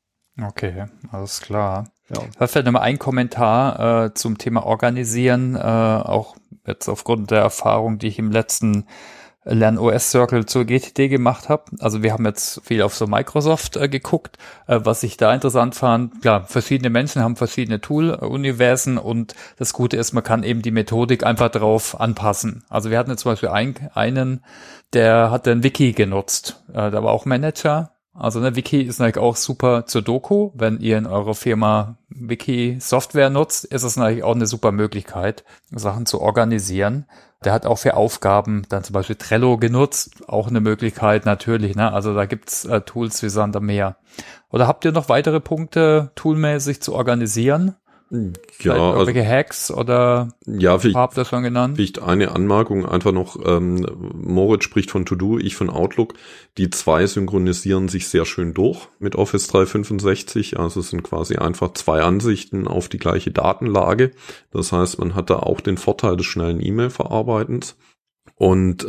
A: Okay, alles klar.
C: Ja.
A: Da fällt nochmal ein Kommentar zum Thema Organisieren, auch jetzt aufgrund der Erfahrung, die ich im letzten Lern-OS-Circle zur GTD gemacht habe. Also wir haben jetzt viel auf so Microsoft geguckt. Was ich da interessant fand, klar, verschiedene Menschen haben verschiedene Tool-Universen und das Gute ist, man kann eben die Methodik einfach drauf anpassen. Also wir hatten jetzt zum Beispiel einen, der hat ein Wiki genutzt. Der war auch Manager. Also ne, Wiki ist natürlich auch super zur Doku. Wenn ihr in eurer Firma Wiki-Software nutzt, ist es natürlich auch eine super Möglichkeit, Sachen zu organisieren. Der hat auch für Aufgaben dann zum Beispiel Trello genutzt, auch eine Möglichkeit natürlich. Ne? Also da gibt's Tools wie Sand am Meer. Oder habt ihr noch weitere Punkte, toolmäßig zu organisieren?
B: Ja,
A: irgendwelche Hacks oder habt ihr das schon genannt?
B: Vielleicht eine Anmerkung einfach noch, Moritz spricht von To-Do, ich von Outlook. Die zwei synchronisieren sich sehr schön durch mit Office 365. Also es sind quasi einfach zwei Ansichten auf die gleiche Datenlage. Das heißt, man hat da auch den Vorteil des schnellen E-Mail-Verarbeitens. Und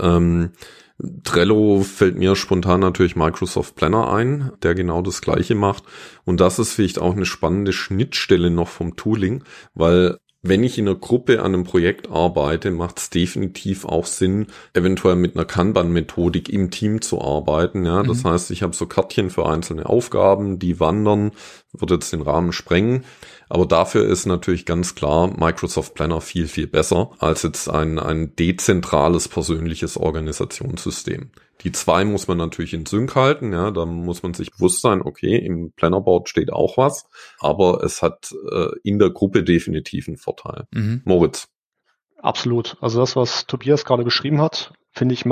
B: Trello fällt mir spontan natürlich Microsoft Planner ein, der genau das Gleiche macht. Und das ist vielleicht auch eine spannende Schnittstelle noch vom Tooling, weil wenn ich in einer Gruppe an einem Projekt arbeite, macht es definitiv auch Sinn, eventuell mit einer Kanban-Methodik im Team zu arbeiten. Ja, das heißt, ich habe so Kärtchen für einzelne Aufgaben, die wandern, wird jetzt den Rahmen sprengen. Aber dafür ist natürlich ganz klar Microsoft Planner viel, viel besser als jetzt ein dezentrales persönliches Organisationssystem. Die zwei muss man natürlich in Sync halten, ja, da muss man sich bewusst sein, okay, im Plannerboard steht auch was, aber es hat in der Gruppe definitiv einen Vorteil. Moritz.
C: Absolut. Also das, was Tobias gerade beschrieben hat, finde ich,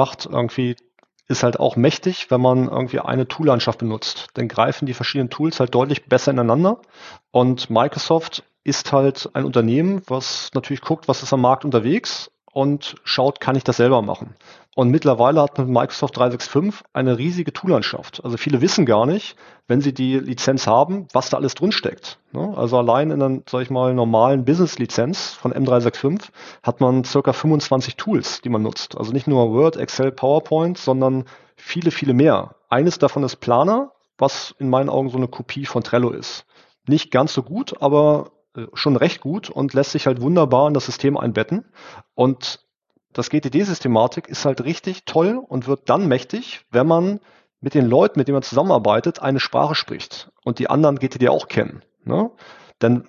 C: ist halt auch mächtig, wenn man irgendwie eine Toollandschaft benutzt. Dann greifen die verschiedenen Tools halt deutlich besser ineinander. Und Microsoft ist halt ein Unternehmen, was natürlich guckt, was ist am Markt unterwegs und schaut, kann ich das selber machen. Und mittlerweile hat man mit Microsoft 365 eine riesige Toollandschaft. Also viele wissen gar nicht, wenn sie die Lizenz haben, was da alles drin steckt. Also allein in einer, sag ich mal, normalen Business-Lizenz von M365 hat man circa 25 Tools, die man nutzt. Also nicht nur Word, Excel, PowerPoint, sondern viele, viele mehr. Eines davon ist Planner, was in meinen Augen so eine Kopie von Trello ist. Nicht ganz so gut, aber schon recht gut und lässt sich halt wunderbar in das System einbetten. Und das GTD-Systematik ist halt richtig toll und wird dann mächtig, wenn man mit den Leuten, mit denen man zusammenarbeitet, eine Sprache spricht und die anderen GTD auch kennen. Ne? Dann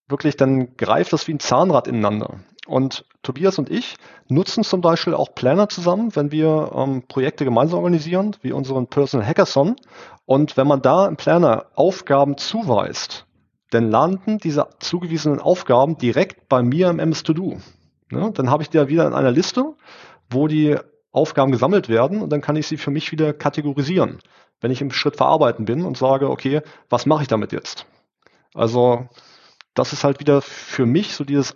C: greift das wie ein Zahnrad ineinander. Und Tobias und ich nutzen zum Beispiel auch Planner zusammen, wenn wir Projekte gemeinsam organisieren, wie unseren Personal Hackathon. Und wenn man da im Planner Aufgaben zuweist, dann landen diese zugewiesenen Aufgaben direkt bei mir im MS To Do. Ja, dann habe ich die ja wieder in einer Liste, wo die Aufgaben gesammelt werden und dann kann ich sie für mich wieder kategorisieren. wenn ich im Schritt verarbeiten bin und sage, okay, was mache ich damit jetzt? Also das ist halt wieder für mich so dieses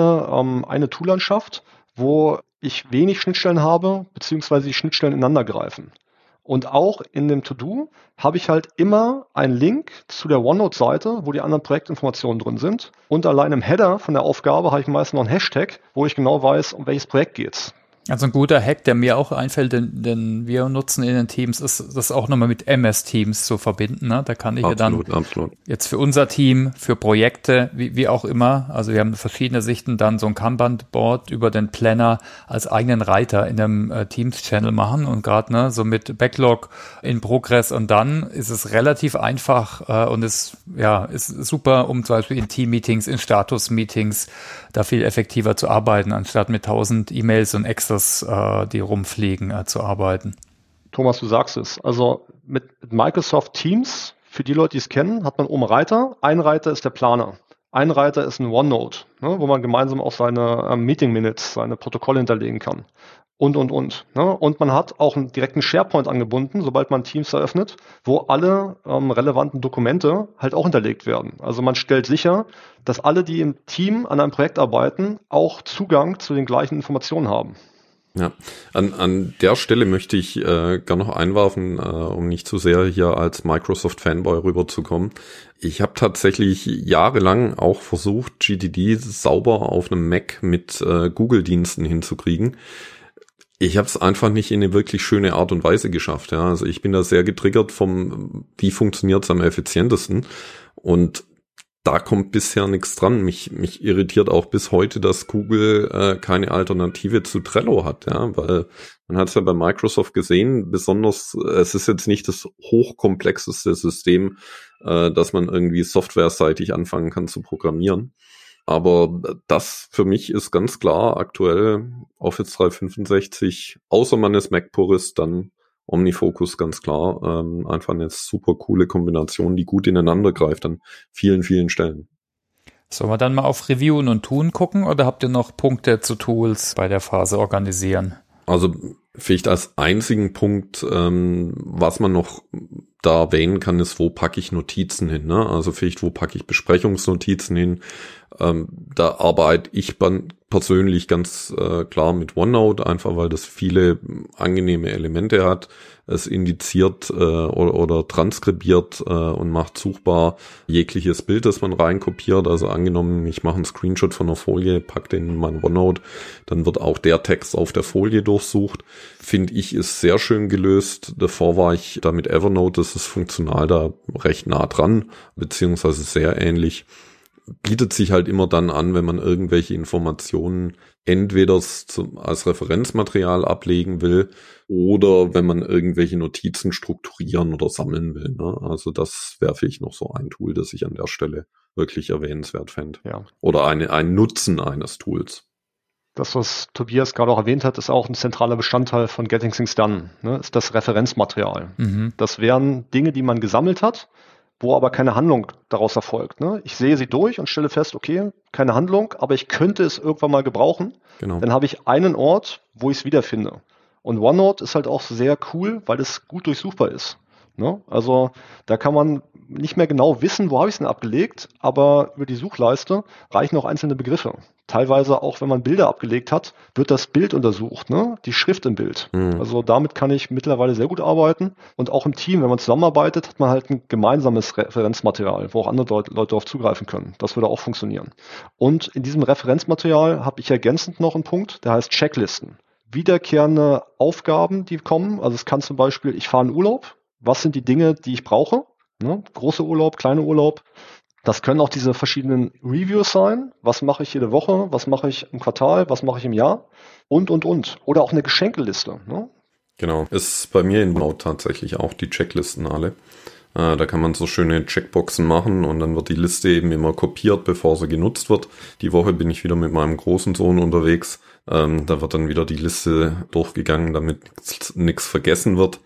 C: eine Tool-Landschaft, wo ich wenig Schnittstellen habe, beziehungsweise die Schnittstellen ineinander greifen. Und auch in dem To-Do habe ich halt immer einen Link zu der OneNote-Seite, wo die anderen Projektinformationen drin sind. Und allein im Header von der Aufgabe habe ich meist noch einen Hashtag, wo ich genau weiß, um welches Projekt geht's.
A: Also ein guter Hack, der mir auch einfällt, den wir nutzen in den Teams, ist das auch nochmal mit MS-Teams zu verbinden. Ne? Da kann ich absolut jetzt für unser Team, für Projekte, wie auch immer, also wir haben verschiedene Sichten, dann so ein Kanban-Board über den Planner als eigenen Reiter in einem Teams-Channel machen und gerade so mit Backlog in Progress, und dann ist es relativ einfach und ist super, um zum Beispiel in Team-Meetings, in Status-Meetings da viel effektiver zu arbeiten, anstatt mit 1000 E-Mails und Extras, die rumfliegen, zu arbeiten.
C: Thomas, du sagst es. Also mit Microsoft Teams, für die Leute, die es kennen, hat man oben Reiter. Ein Reiter ist der Planer. Ein Reiter ist ein OneNote, wo man gemeinsam auch seine Meeting Minutes, seine Protokolle hinterlegen kann. Und. Und man hat auch einen direkten SharePoint angebunden, sobald man Teams eröffnet, wo alle relevanten Dokumente halt auch hinterlegt werden. Also man stellt sicher, dass alle, die im Team an einem Projekt arbeiten, auch Zugang zu den gleichen Informationen haben.
B: Ja, an der Stelle möchte ich gar noch einwerfen, um nicht zu sehr hier als Microsoft-Fanboy rüberzukommen. Ich habe tatsächlich jahrelang auch versucht, GTD sauber auf einem Mac mit Google-Diensten hinzukriegen. Ich habe es einfach nicht in eine wirklich schöne Art und Weise geschafft. Ja. Also ich bin da sehr getriggert vom, wie funktioniert es am effizientesten. Und da kommt bisher nichts dran. Mich irritiert auch bis heute, dass Google keine Alternative zu Trello hat. Ja, weil man hat es ja bei Microsoft gesehen, besonders, es ist jetzt nicht das hochkomplexeste System, dass man irgendwie softwareseitig anfangen kann zu programmieren. Aber das für mich ist ganz klar aktuell Office 365, außer man ist Mac-Purist, dann OmniFocus ganz klar. Einfach eine super coole Kombination, die gut ineinander greift an vielen, vielen Stellen.
A: Sollen wir dann mal auf Reviewen und Tun gucken oder habt ihr noch Punkte zu Tools bei der Phase organisieren?
B: Also vielleicht als einzigen Punkt, was man noch da erwähnen kann, ist, wo packe ich Notizen hin, ne? Also vielleicht, wo packe ich Besprechungsnotizen hin? Da arbeite ich persönlich ganz klar mit OneNote, einfach weil das viele angenehme Elemente hat. Es indiziert oder transkribiert und macht suchbar jegliches Bild, das man reinkopiert. Also angenommen, ich mache einen Screenshot von einer Folie, packe den in mein OneNote, dann wird auch der Text auf der Folie durchsucht. Finde ich, ist sehr schön gelöst. Davor war ich da mit Evernote, das ist funktional da recht nah dran, beziehungsweise sehr ähnlich. Bietet sich halt immer dann an, wenn man irgendwelche Informationen entweder als Referenzmaterial ablegen will oder wenn man irgendwelche Notizen strukturieren oder sammeln will. Ne? Also das wäre vielleicht noch so ein Tool, das ich an der Stelle wirklich erwähnenswert fände. Ja. Oder ein Nutzen eines Tools.
C: Das, was Tobias gerade auch erwähnt hat, ist auch ein zentraler Bestandteil von Getting Things Done, ne? Ist das Referenzmaterial. Mhm. Das wären Dinge, die man gesammelt hat, wo aber keine Handlung daraus erfolgt. Ne? Ich sehe sie durch und stelle fest, okay, keine Handlung, aber ich könnte es irgendwann mal gebrauchen. Genau. Dann habe ich einen Ort, wo ich es wiederfinde. Und OneNote ist halt auch sehr cool, weil es gut durchsuchbar ist. Ne? Also da kann man nicht mehr genau wissen, wo habe ich es denn abgelegt, aber über die Suchleiste reichen auch einzelne Begriffe. Teilweise auch, wenn man Bilder abgelegt hat, wird das Bild untersucht, ne? Die Schrift im Bild. Mhm. Also damit kann ich mittlerweile sehr gut arbeiten. Und auch im Team, wenn man zusammenarbeitet, hat man halt ein gemeinsames Referenzmaterial, wo auch andere Leute darauf zugreifen können. Das würde auch funktionieren. Und in diesem Referenzmaterial habe ich ergänzend noch einen Punkt, der heißt Checklisten. Wiederkehrende Aufgaben, die kommen. Also es kann zum Beispiel, ich fahre in Urlaub. Was sind die Dinge, die ich brauche? Ne? Großer Urlaub, kleiner Urlaub. Das können auch diese verschiedenen Reviews sein. Was mache ich jede Woche? Was mache ich im Quartal? Was mache ich im Jahr? Und. Oder auch eine Geschenkeliste. Ne?
B: Genau. Ist bei mir in OneNote tatsächlich auch die Checklisten alle. Da kann man so schöne Checkboxen machen und dann wird die Liste eben immer kopiert, bevor sie genutzt wird. Die Woche bin ich wieder mit meinem großen Sohn unterwegs. Da wird dann wieder die Liste durchgegangen, damit nichts vergessen wird.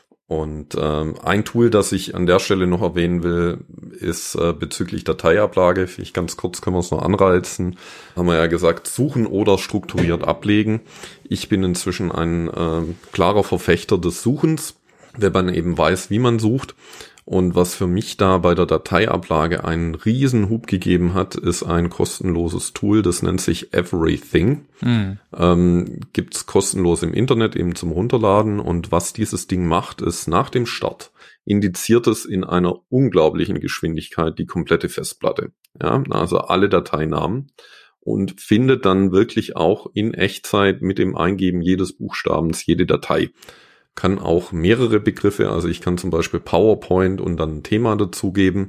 B: Und ein Tool, das ich an der Stelle noch erwähnen will, ist bezüglich Dateiablage. Vielleicht ganz kurz können wir es noch anreizen. Haben wir ja gesagt, suchen oder strukturiert ablegen. Ich bin inzwischen ein klarer Verfechter des Suchens. wenn man eben weiß, wie man sucht. Und was für mich da bei der Dateiablage einen riesen Hub gegeben hat, ist ein kostenloses Tool, das nennt sich Everything. Gibt's kostenlos im Internet eben zum Runterladen. Und was dieses Ding macht, ist nach dem Start indiziert es in einer unglaublichen Geschwindigkeit die komplette Festplatte. Ja, also alle Dateinamen. Und findet dann wirklich auch in Echtzeit mit dem Eingeben jedes Buchstabens jede Datei. Kann auch mehrere Begriffe, also ich kann zum Beispiel PowerPoint und dann ein Thema dazugeben.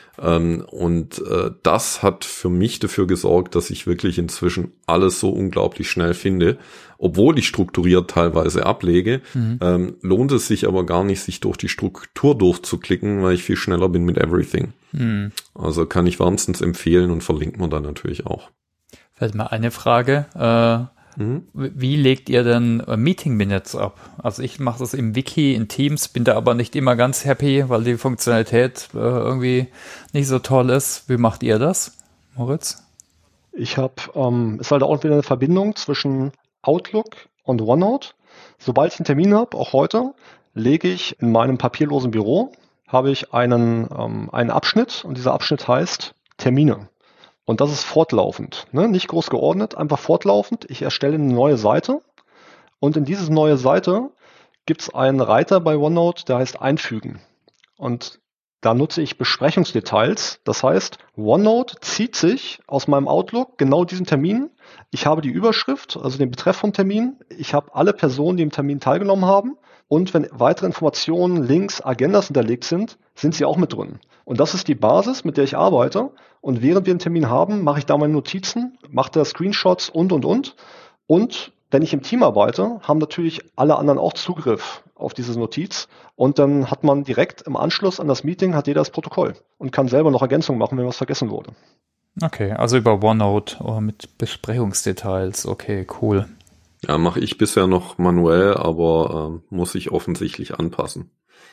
B: Das hat für mich dafür gesorgt, dass ich wirklich inzwischen alles so unglaublich schnell finde. Obwohl ich strukturiert teilweise ablege, lohnt es sich aber gar nicht, sich durch die Struktur durchzuklicken, weil ich viel schneller bin mit Everything. Also kann ich wärmstens empfehlen und verlinkt man dann natürlich auch.
A: Vielleicht mal eine Frage. Wie legt ihr denn Meeting Minutes ab? Also ich mache das im Wiki, in Teams, bin da aber nicht immer ganz happy, weil die Funktionalität irgendwie nicht so toll ist. Wie macht ihr das, Moritz?
C: Ich habe, ist halt auch wieder eine Verbindung zwischen Outlook und OneNote. Sobald ich einen Termin habe, auch heute, lege ich in meinem papierlosen Büro, habe ich einen Abschnitt und dieser Abschnitt heißt Termine. Und das ist fortlaufend, ne? Nicht groß geordnet, einfach fortlaufend. Ich erstelle eine neue Seite und in diese neue Seite gibt es einen Reiter bei OneNote, der heißt Einfügen. Und da nutze ich Besprechungsdetails. Das heißt, OneNote zieht sich aus meinem Outlook genau diesen Termin. Ich habe die Überschrift, also den Betreff vom Termin. Ich habe alle Personen, die im Termin teilgenommen haben. Und wenn weitere Informationen, Links, Agendas hinterlegt sind, sind sie auch mit drin. Und das ist die Basis, mit der ich arbeite. Und während wir einen Termin haben, mache ich da meine Notizen, mache da Screenshots und. Und wenn ich im Team arbeite, haben natürlich alle anderen auch Zugriff auf diese Notiz. Und dann hat man direkt im Anschluss an das Meeting, hat jeder das Protokoll und kann selber noch Ergänzungen machen, wenn was vergessen wurde.
A: Okay, also über OneNote mit Besprechungsdetails. Okay, cool.
B: Ja, mache ich bisher noch manuell, aber muss ich offensichtlich anpassen.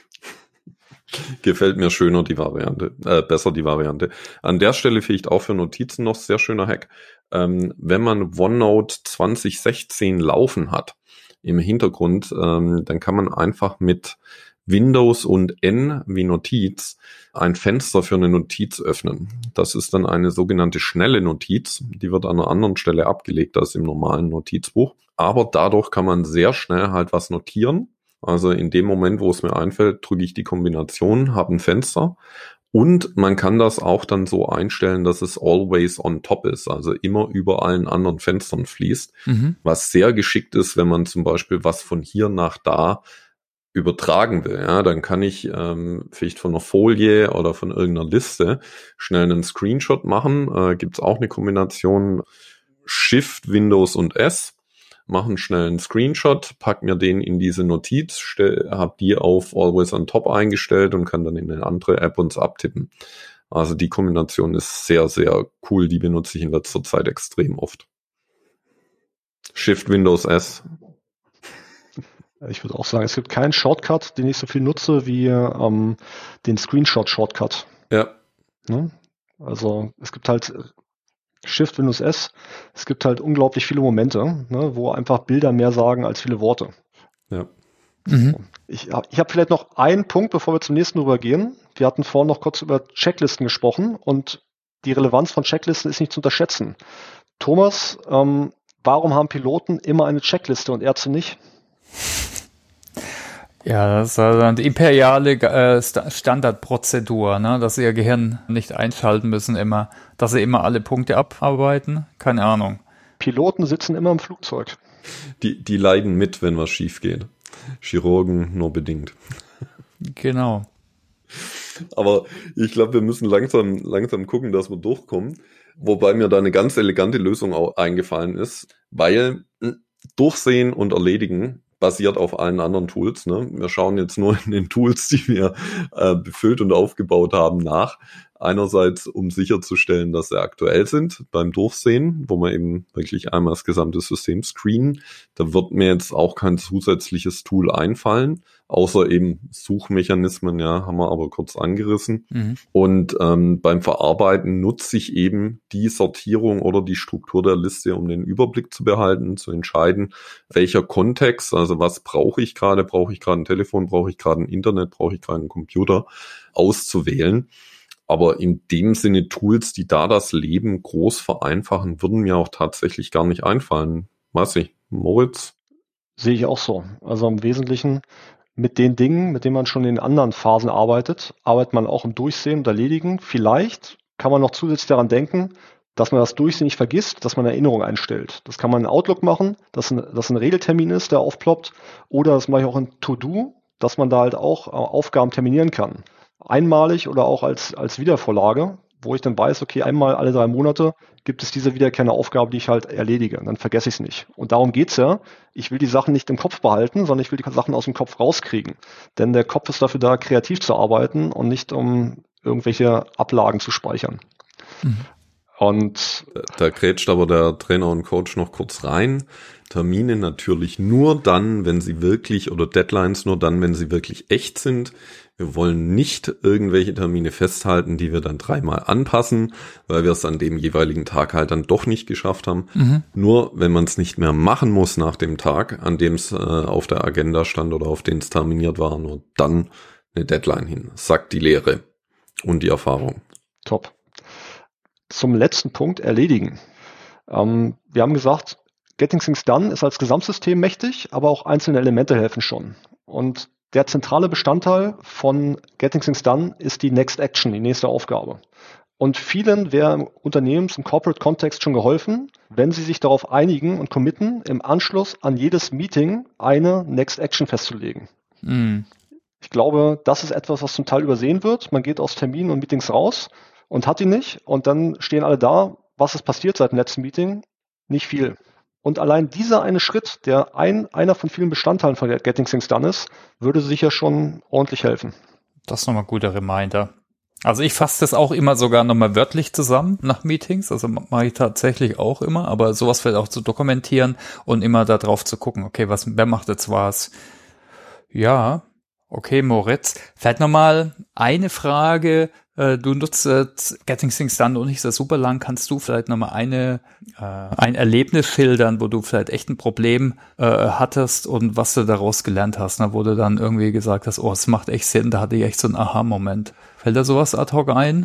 B: Gefällt mir schöner die Variante, besser die Variante. An der Stelle vielleicht auch für Notizen noch sehr schöner Hack. Wenn man OneNote 2016 laufen hat im Hintergrund, dann kann man einfach mit Windows und N wie Notiz ein Fenster für eine Notiz öffnen. Das ist dann eine sogenannte schnelle Notiz. Die wird an einer anderen Stelle abgelegt als im normalen Notizbuch. Aber dadurch kann man sehr schnell halt was notieren. Also in dem Moment, wo es mir einfällt, drücke ich die Kombination, habe ein Fenster. Und man kann das auch dann so einstellen, dass es always on top ist, also immer über allen anderen Fenstern fließt. Was sehr geschickt ist, wenn man zum Beispiel was von hier nach da übertragen will. Ja, dann kann ich vielleicht von einer Folie oder von irgendeiner Liste schnell einen Screenshot machen. Gibt's auch eine Kombination Shift, Windows und S. Machen schnell einen Screenshot, pack mir den in diese Notiz, habe die auf Always on Top eingestellt und kann dann in eine andere App uns abtippen. Also die Kombination ist sehr, sehr cool. Die benutze ich in letzter Zeit extrem oft. Shift, Windows, S.
C: Ich würde auch sagen, es gibt keinen Shortcut, den ich so viel nutze wie den Screenshot-Shortcut.
B: Ja.
C: Ne? Also es gibt halt Shift, Windows S, es gibt halt unglaublich viele Momente, ne, wo einfach Bilder mehr sagen als viele Worte.
B: Ja.
C: Ich hab vielleicht noch einen Punkt, bevor wir zum nächsten rübergehen. Wir hatten vorhin noch kurz über Checklisten gesprochen und die Relevanz von Checklisten ist nicht zu unterschätzen. Thomas, warum haben Piloten immer eine Checkliste und Ärzte nicht?
A: Ja, das ist also eine imperiale Standardprozedur, ne, dass sie ihr Gehirn nicht einschalten müssen immer, dass sie immer alle Punkte abarbeiten. Keine Ahnung.
C: Piloten sitzen immer im Flugzeug.
B: Die leiden mit, wenn was schief geht. Chirurgen nur bedingt.
A: Genau.
B: Aber ich glaube, wir müssen langsam gucken, dass wir durchkommen. Wobei mir da eine ganz elegante Lösung auch eingefallen ist, weil Durchsehen und Erledigen basiert auf allen anderen Tools. Ne? Wir schauen jetzt nur in den Tools, die wir befüllt und aufgebaut haben, nach. Einerseits, um sicherzustellen, dass sie aktuell sind beim Durchsehen, wo man eben wirklich einmal das gesamte System screenen. Da wird mir jetzt auch kein zusätzliches Tool einfallen, außer eben Suchmechanismen, ja, haben wir aber kurz angerissen. Und beim Verarbeiten nutze ich eben die Sortierung oder die Struktur der Liste, um den Überblick zu behalten, zu entscheiden, welcher Kontext, also was brauche ich gerade ein Telefon, brauche ich gerade ein Internet, brauche ich gerade einen Computer, auszuwählen. Aber in dem Sinne Tools, die da das Leben groß vereinfachen, würden mir auch tatsächlich gar nicht einfallen. Weiß ich, Moritz?
C: Sehe ich auch so. Also im Wesentlichen mit den Dingen, mit denen man schon in anderen Phasen arbeitet, arbeitet man auch im Durchsehen und Erledigen. Vielleicht kann man noch zusätzlich daran denken, dass man das Durchsehen nicht vergisst, dass man Erinnerungen einstellt. Das kann man in Outlook machen, dass ein Regeltermin ist, der aufploppt. Oder das mache ich auch in To-Do, dass man da halt auch Aufgaben terminieren kann. Einmalig oder auch als Wiedervorlage, wo ich dann weiß, okay, einmal alle 3 Monate gibt es diese wiederkehrende Aufgabe, die ich halt erledige. Dann vergesse ich es nicht. Und darum geht's ja. Ich will die Sachen nicht im Kopf behalten, sondern ich will die Sachen aus dem Kopf rauskriegen. Denn der Kopf ist dafür da, kreativ zu arbeiten und nicht um irgendwelche Ablagen zu speichern. Und
B: da grätscht aber der Trainer und Coach noch kurz rein. Termine natürlich nur dann, wenn sie wirklich, oder Deadlines nur dann, wenn sie wirklich echt sind. Wir wollen nicht irgendwelche Termine festhalten, die wir dann 3-mal anpassen, weil wir es an dem jeweiligen Tag halt dann doch nicht geschafft haben. Nur wenn man es nicht mehr machen muss nach dem Tag, an dem es auf der Agenda stand oder auf den es terminiert war, nur dann eine Deadline hin, sagt die Lehre und die Erfahrung.
C: Top. Zum letzten Punkt, erledigen. Wir haben gesagt, Getting Things Done ist als Gesamtsystem mächtig, aber auch einzelne Elemente helfen schon. Und der zentrale Bestandteil von Getting Things Done ist die Next Action, die nächste Aufgabe. Und vielen wäre im Unternehmens- und Corporate-Kontext schon geholfen, wenn sie sich darauf einigen und committen, im Anschluss an jedes Meeting eine Next Action festzulegen. Ich glaube, das ist etwas, was zum Teil übersehen wird. Man geht aus Terminen und Meetings raus und hat die nicht. Und dann stehen alle da, was ist passiert seit dem letzten Meeting? Nicht viel. Und allein dieser eine Schritt, der einer von vielen Bestandteilen von Getting Things Done ist, würde sicher schon ordentlich helfen.
A: Das ist nochmal ein guter Reminder. Also ich fasse das auch immer sogar nochmal wörtlich zusammen nach Meetings. Also mache ich tatsächlich auch immer, aber sowas vielleicht auch zu dokumentieren und immer da drauf zu gucken, okay, wer macht jetzt was? Ja, okay, Moritz. Vielleicht nochmal eine Frage. Du nutzt Getting Things Done noch nicht so super lang. Kannst du vielleicht nochmal ein Erlebnis schildern, wo du vielleicht echt ein Problem hattest und was du daraus gelernt hast, ne? Wo du dann irgendwie gesagt hast, oh, es macht echt Sinn, da hatte ich echt so einen Aha-Moment. Fällt da sowas ad hoc ein?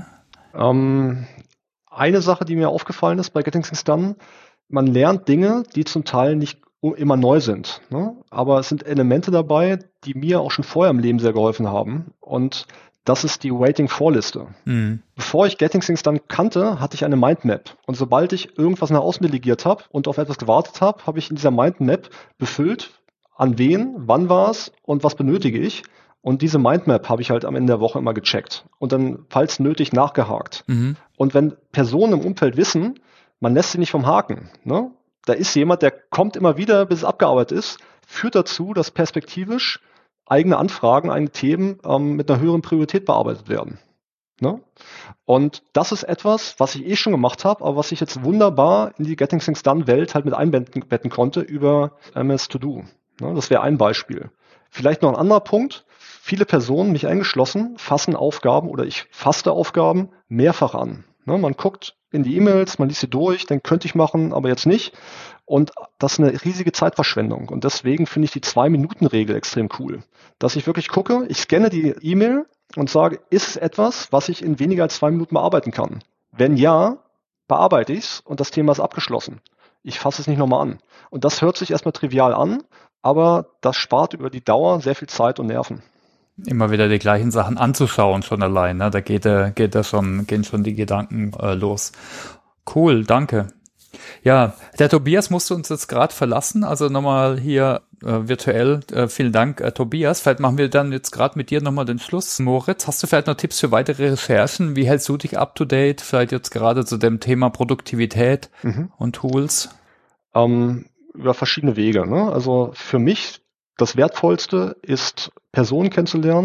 C: Eine Sache, die mir aufgefallen ist bei Getting Things Done, man lernt Dinge, die zum Teil nicht immer neu sind, ne? Aber es sind Elemente dabei, die mir auch schon vorher im Leben sehr geholfen haben. Und das ist die Waiting-For-Liste. Bevor ich Getting Things Done kannte, hatte ich eine Mindmap. Und sobald ich irgendwas nach außen delegiert habe und auf etwas gewartet habe, habe ich in dieser Mindmap befüllt, an wen, wann war es und was benötige ich. Und diese Mindmap habe ich halt am Ende der Woche immer gecheckt und dann, falls nötig, nachgehakt. Und wenn Personen im Umfeld wissen, man lässt sie nicht vom Haken, ne? Da ist jemand, der kommt immer wieder, bis es abgearbeitet ist, führt dazu, dass perspektivisch eigene Anfragen, eigene Themen mit einer höheren Priorität bearbeitet werden. Ne? Und das ist etwas, was ich schon gemacht habe, aber was ich jetzt wunderbar in die Getting Things Done Welt halt mit einbetten konnte über MS To Do. Ne? Das wäre ein Beispiel. Vielleicht noch ein anderer Punkt. Viele Personen, mich eingeschlossen, fassen Aufgaben oder ich fasse Aufgaben mehrfach an. Ne? Man guckt in die E-Mails, man liest sie durch, dann könnte ich machen, aber jetzt nicht. Und das ist eine riesige Zeitverschwendung. Und deswegen finde ich die 2-Minuten-Regel extrem cool. Dass ich wirklich gucke, ich scanne die E-Mail und sage, ist es etwas, was ich in weniger als 2 Minuten bearbeiten kann? Wenn ja, bearbeite ich es und das Thema ist abgeschlossen. Ich fasse es nicht nochmal an. Und das hört sich erstmal trivial an, aber das spart über die Dauer sehr viel Zeit und Nerven.
A: Immer wieder die gleichen Sachen anzuschauen schon allein, ne? Da gehen schon die Gedanken los. Cool, danke. Ja, der Tobias musste uns jetzt gerade verlassen, also nochmal hier virtuell. Vielen Dank, Tobias. Vielleicht machen wir dann jetzt gerade mit dir nochmal den Schluss. Moritz, hast du vielleicht noch Tipps für weitere Recherchen? Wie hältst du dich up to date? Vielleicht jetzt gerade zu dem Thema Produktivität und Tools?
C: Über verschiedene Wege, ne? Also für mich das Wertvollste ist, Personen kennenzulernen,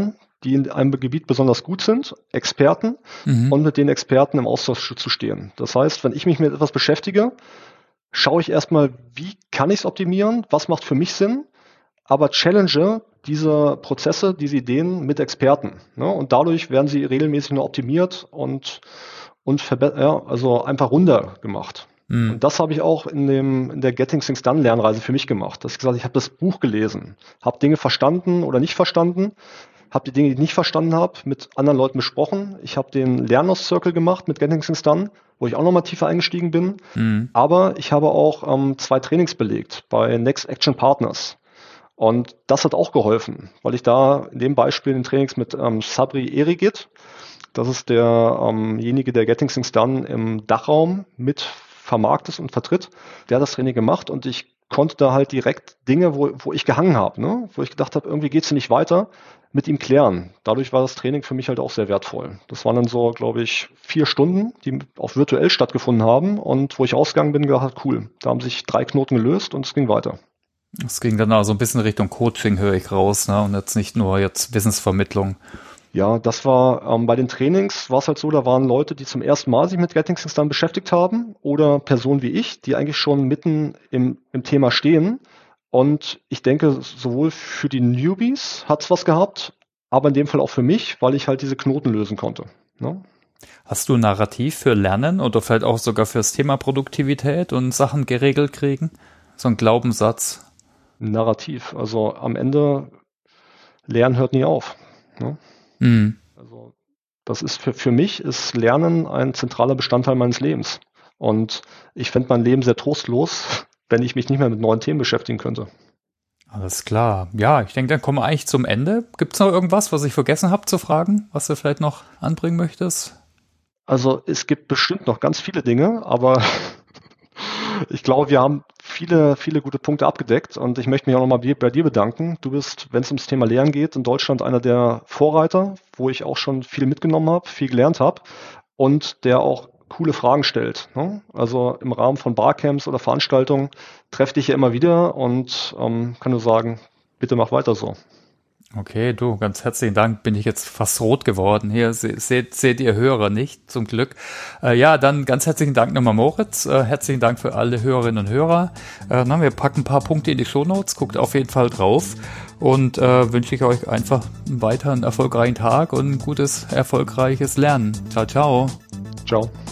C: die in einem Gebiet besonders gut sind, Experten, und mit den Experten im Austausch zu stehen. Das heißt, wenn ich mich mit etwas beschäftige, schaue ich erstmal, wie kann ich es optimieren, was macht für mich Sinn, aber challenge diese Prozesse, diese Ideen mit Experten. Ne? Und dadurch werden sie regelmäßig nur optimiert und also einfach runder gemacht. Und das habe ich auch in der Getting Things Done Lernreise für mich gemacht. Dass ich gesagt habe, ich habe das Buch gelesen, habe Dinge verstanden oder nicht verstanden, habe die Dinge, die ich nicht verstanden habe, mit anderen Leuten besprochen. Ich habe den Lernos-Circle gemacht mit Getting Things Done, wo ich auch nochmal tiefer eingestiegen bin. Aber ich habe auch 2 Trainings belegt bei Next Action Partners. Und das hat auch geholfen, weil ich da in dem Beispiel in den Trainings mit Sabri Erigit, das ist derjenige, der Getting Things Done im Dachraum mit vermarktet und vertritt, der hat das Training gemacht und ich konnte da halt direkt Dinge, wo ich gehangen habe, ne? Wo ich gedacht habe, irgendwie geht's hier nicht weiter, mit ihm klären. Dadurch war das Training für mich halt auch sehr wertvoll. Das waren dann so, glaube ich, 4 Stunden, die auch virtuell stattgefunden haben und wo ich ausgegangen bin, gedacht, cool, da haben sich 3 Knoten gelöst und es ging weiter.
A: Es ging dann also ein bisschen Richtung Coaching, höre ich raus, ne? Und jetzt nicht nur Wissensvermittlung.
C: Ja, das war bei den Trainings war es halt so, da waren Leute, die zum ersten Mal sich mit Getting Things Done beschäftigt haben oder Personen wie ich, die eigentlich schon mitten im Thema stehen. Und ich denke, sowohl für die Newbies hat es was gehabt, aber in dem Fall auch für mich, weil ich halt diese Knoten lösen konnte. Ne?
A: Hast du ein Narrativ für Lernen oder vielleicht auch sogar fürs Thema Produktivität und Sachen geregelt kriegen? So ein Glaubenssatz?
C: Narrativ. Also am Ende, Lernen hört nie auf. Ne? Also das ist für mich ist Lernen ein zentraler Bestandteil meines Lebens. Und ich fände mein Leben sehr trostlos, wenn ich mich nicht mehr mit neuen Themen beschäftigen könnte.
A: Alles klar. Ja, ich denke, dann kommen wir eigentlich zum Ende. Gibt es noch irgendwas, was ich vergessen habe zu fragen, was du vielleicht noch anbringen möchtest?
C: Also es gibt bestimmt noch ganz viele Dinge, aber ich glaube, wir haben viele, viele gute Punkte abgedeckt und ich möchte mich auch nochmal bei dir bedanken. Du bist, wenn es ums Thema Lernen geht, in Deutschland einer der Vorreiter, wo ich auch schon viel mitgenommen habe, viel gelernt habe und der auch coole Fragen stellt. Ne? Also im Rahmen von Barcamps oder Veranstaltungen treffe dich ja immer wieder und kann nur sagen, bitte mach weiter so.
A: Okay, du, ganz herzlichen Dank, bin ich jetzt fast rot geworden. Hier seht ihr Hörer nicht, zum Glück. Ja, dann ganz herzlichen Dank nochmal Moritz. Herzlichen Dank für alle Hörerinnen und Hörer. Wir packen ein paar Punkte in die Shownotes, guckt auf jeden Fall drauf und wünsche ich euch einfach einen weiteren erfolgreichen Tag und ein gutes, erfolgreiches Lernen. Ciao, ciao.
C: Ciao.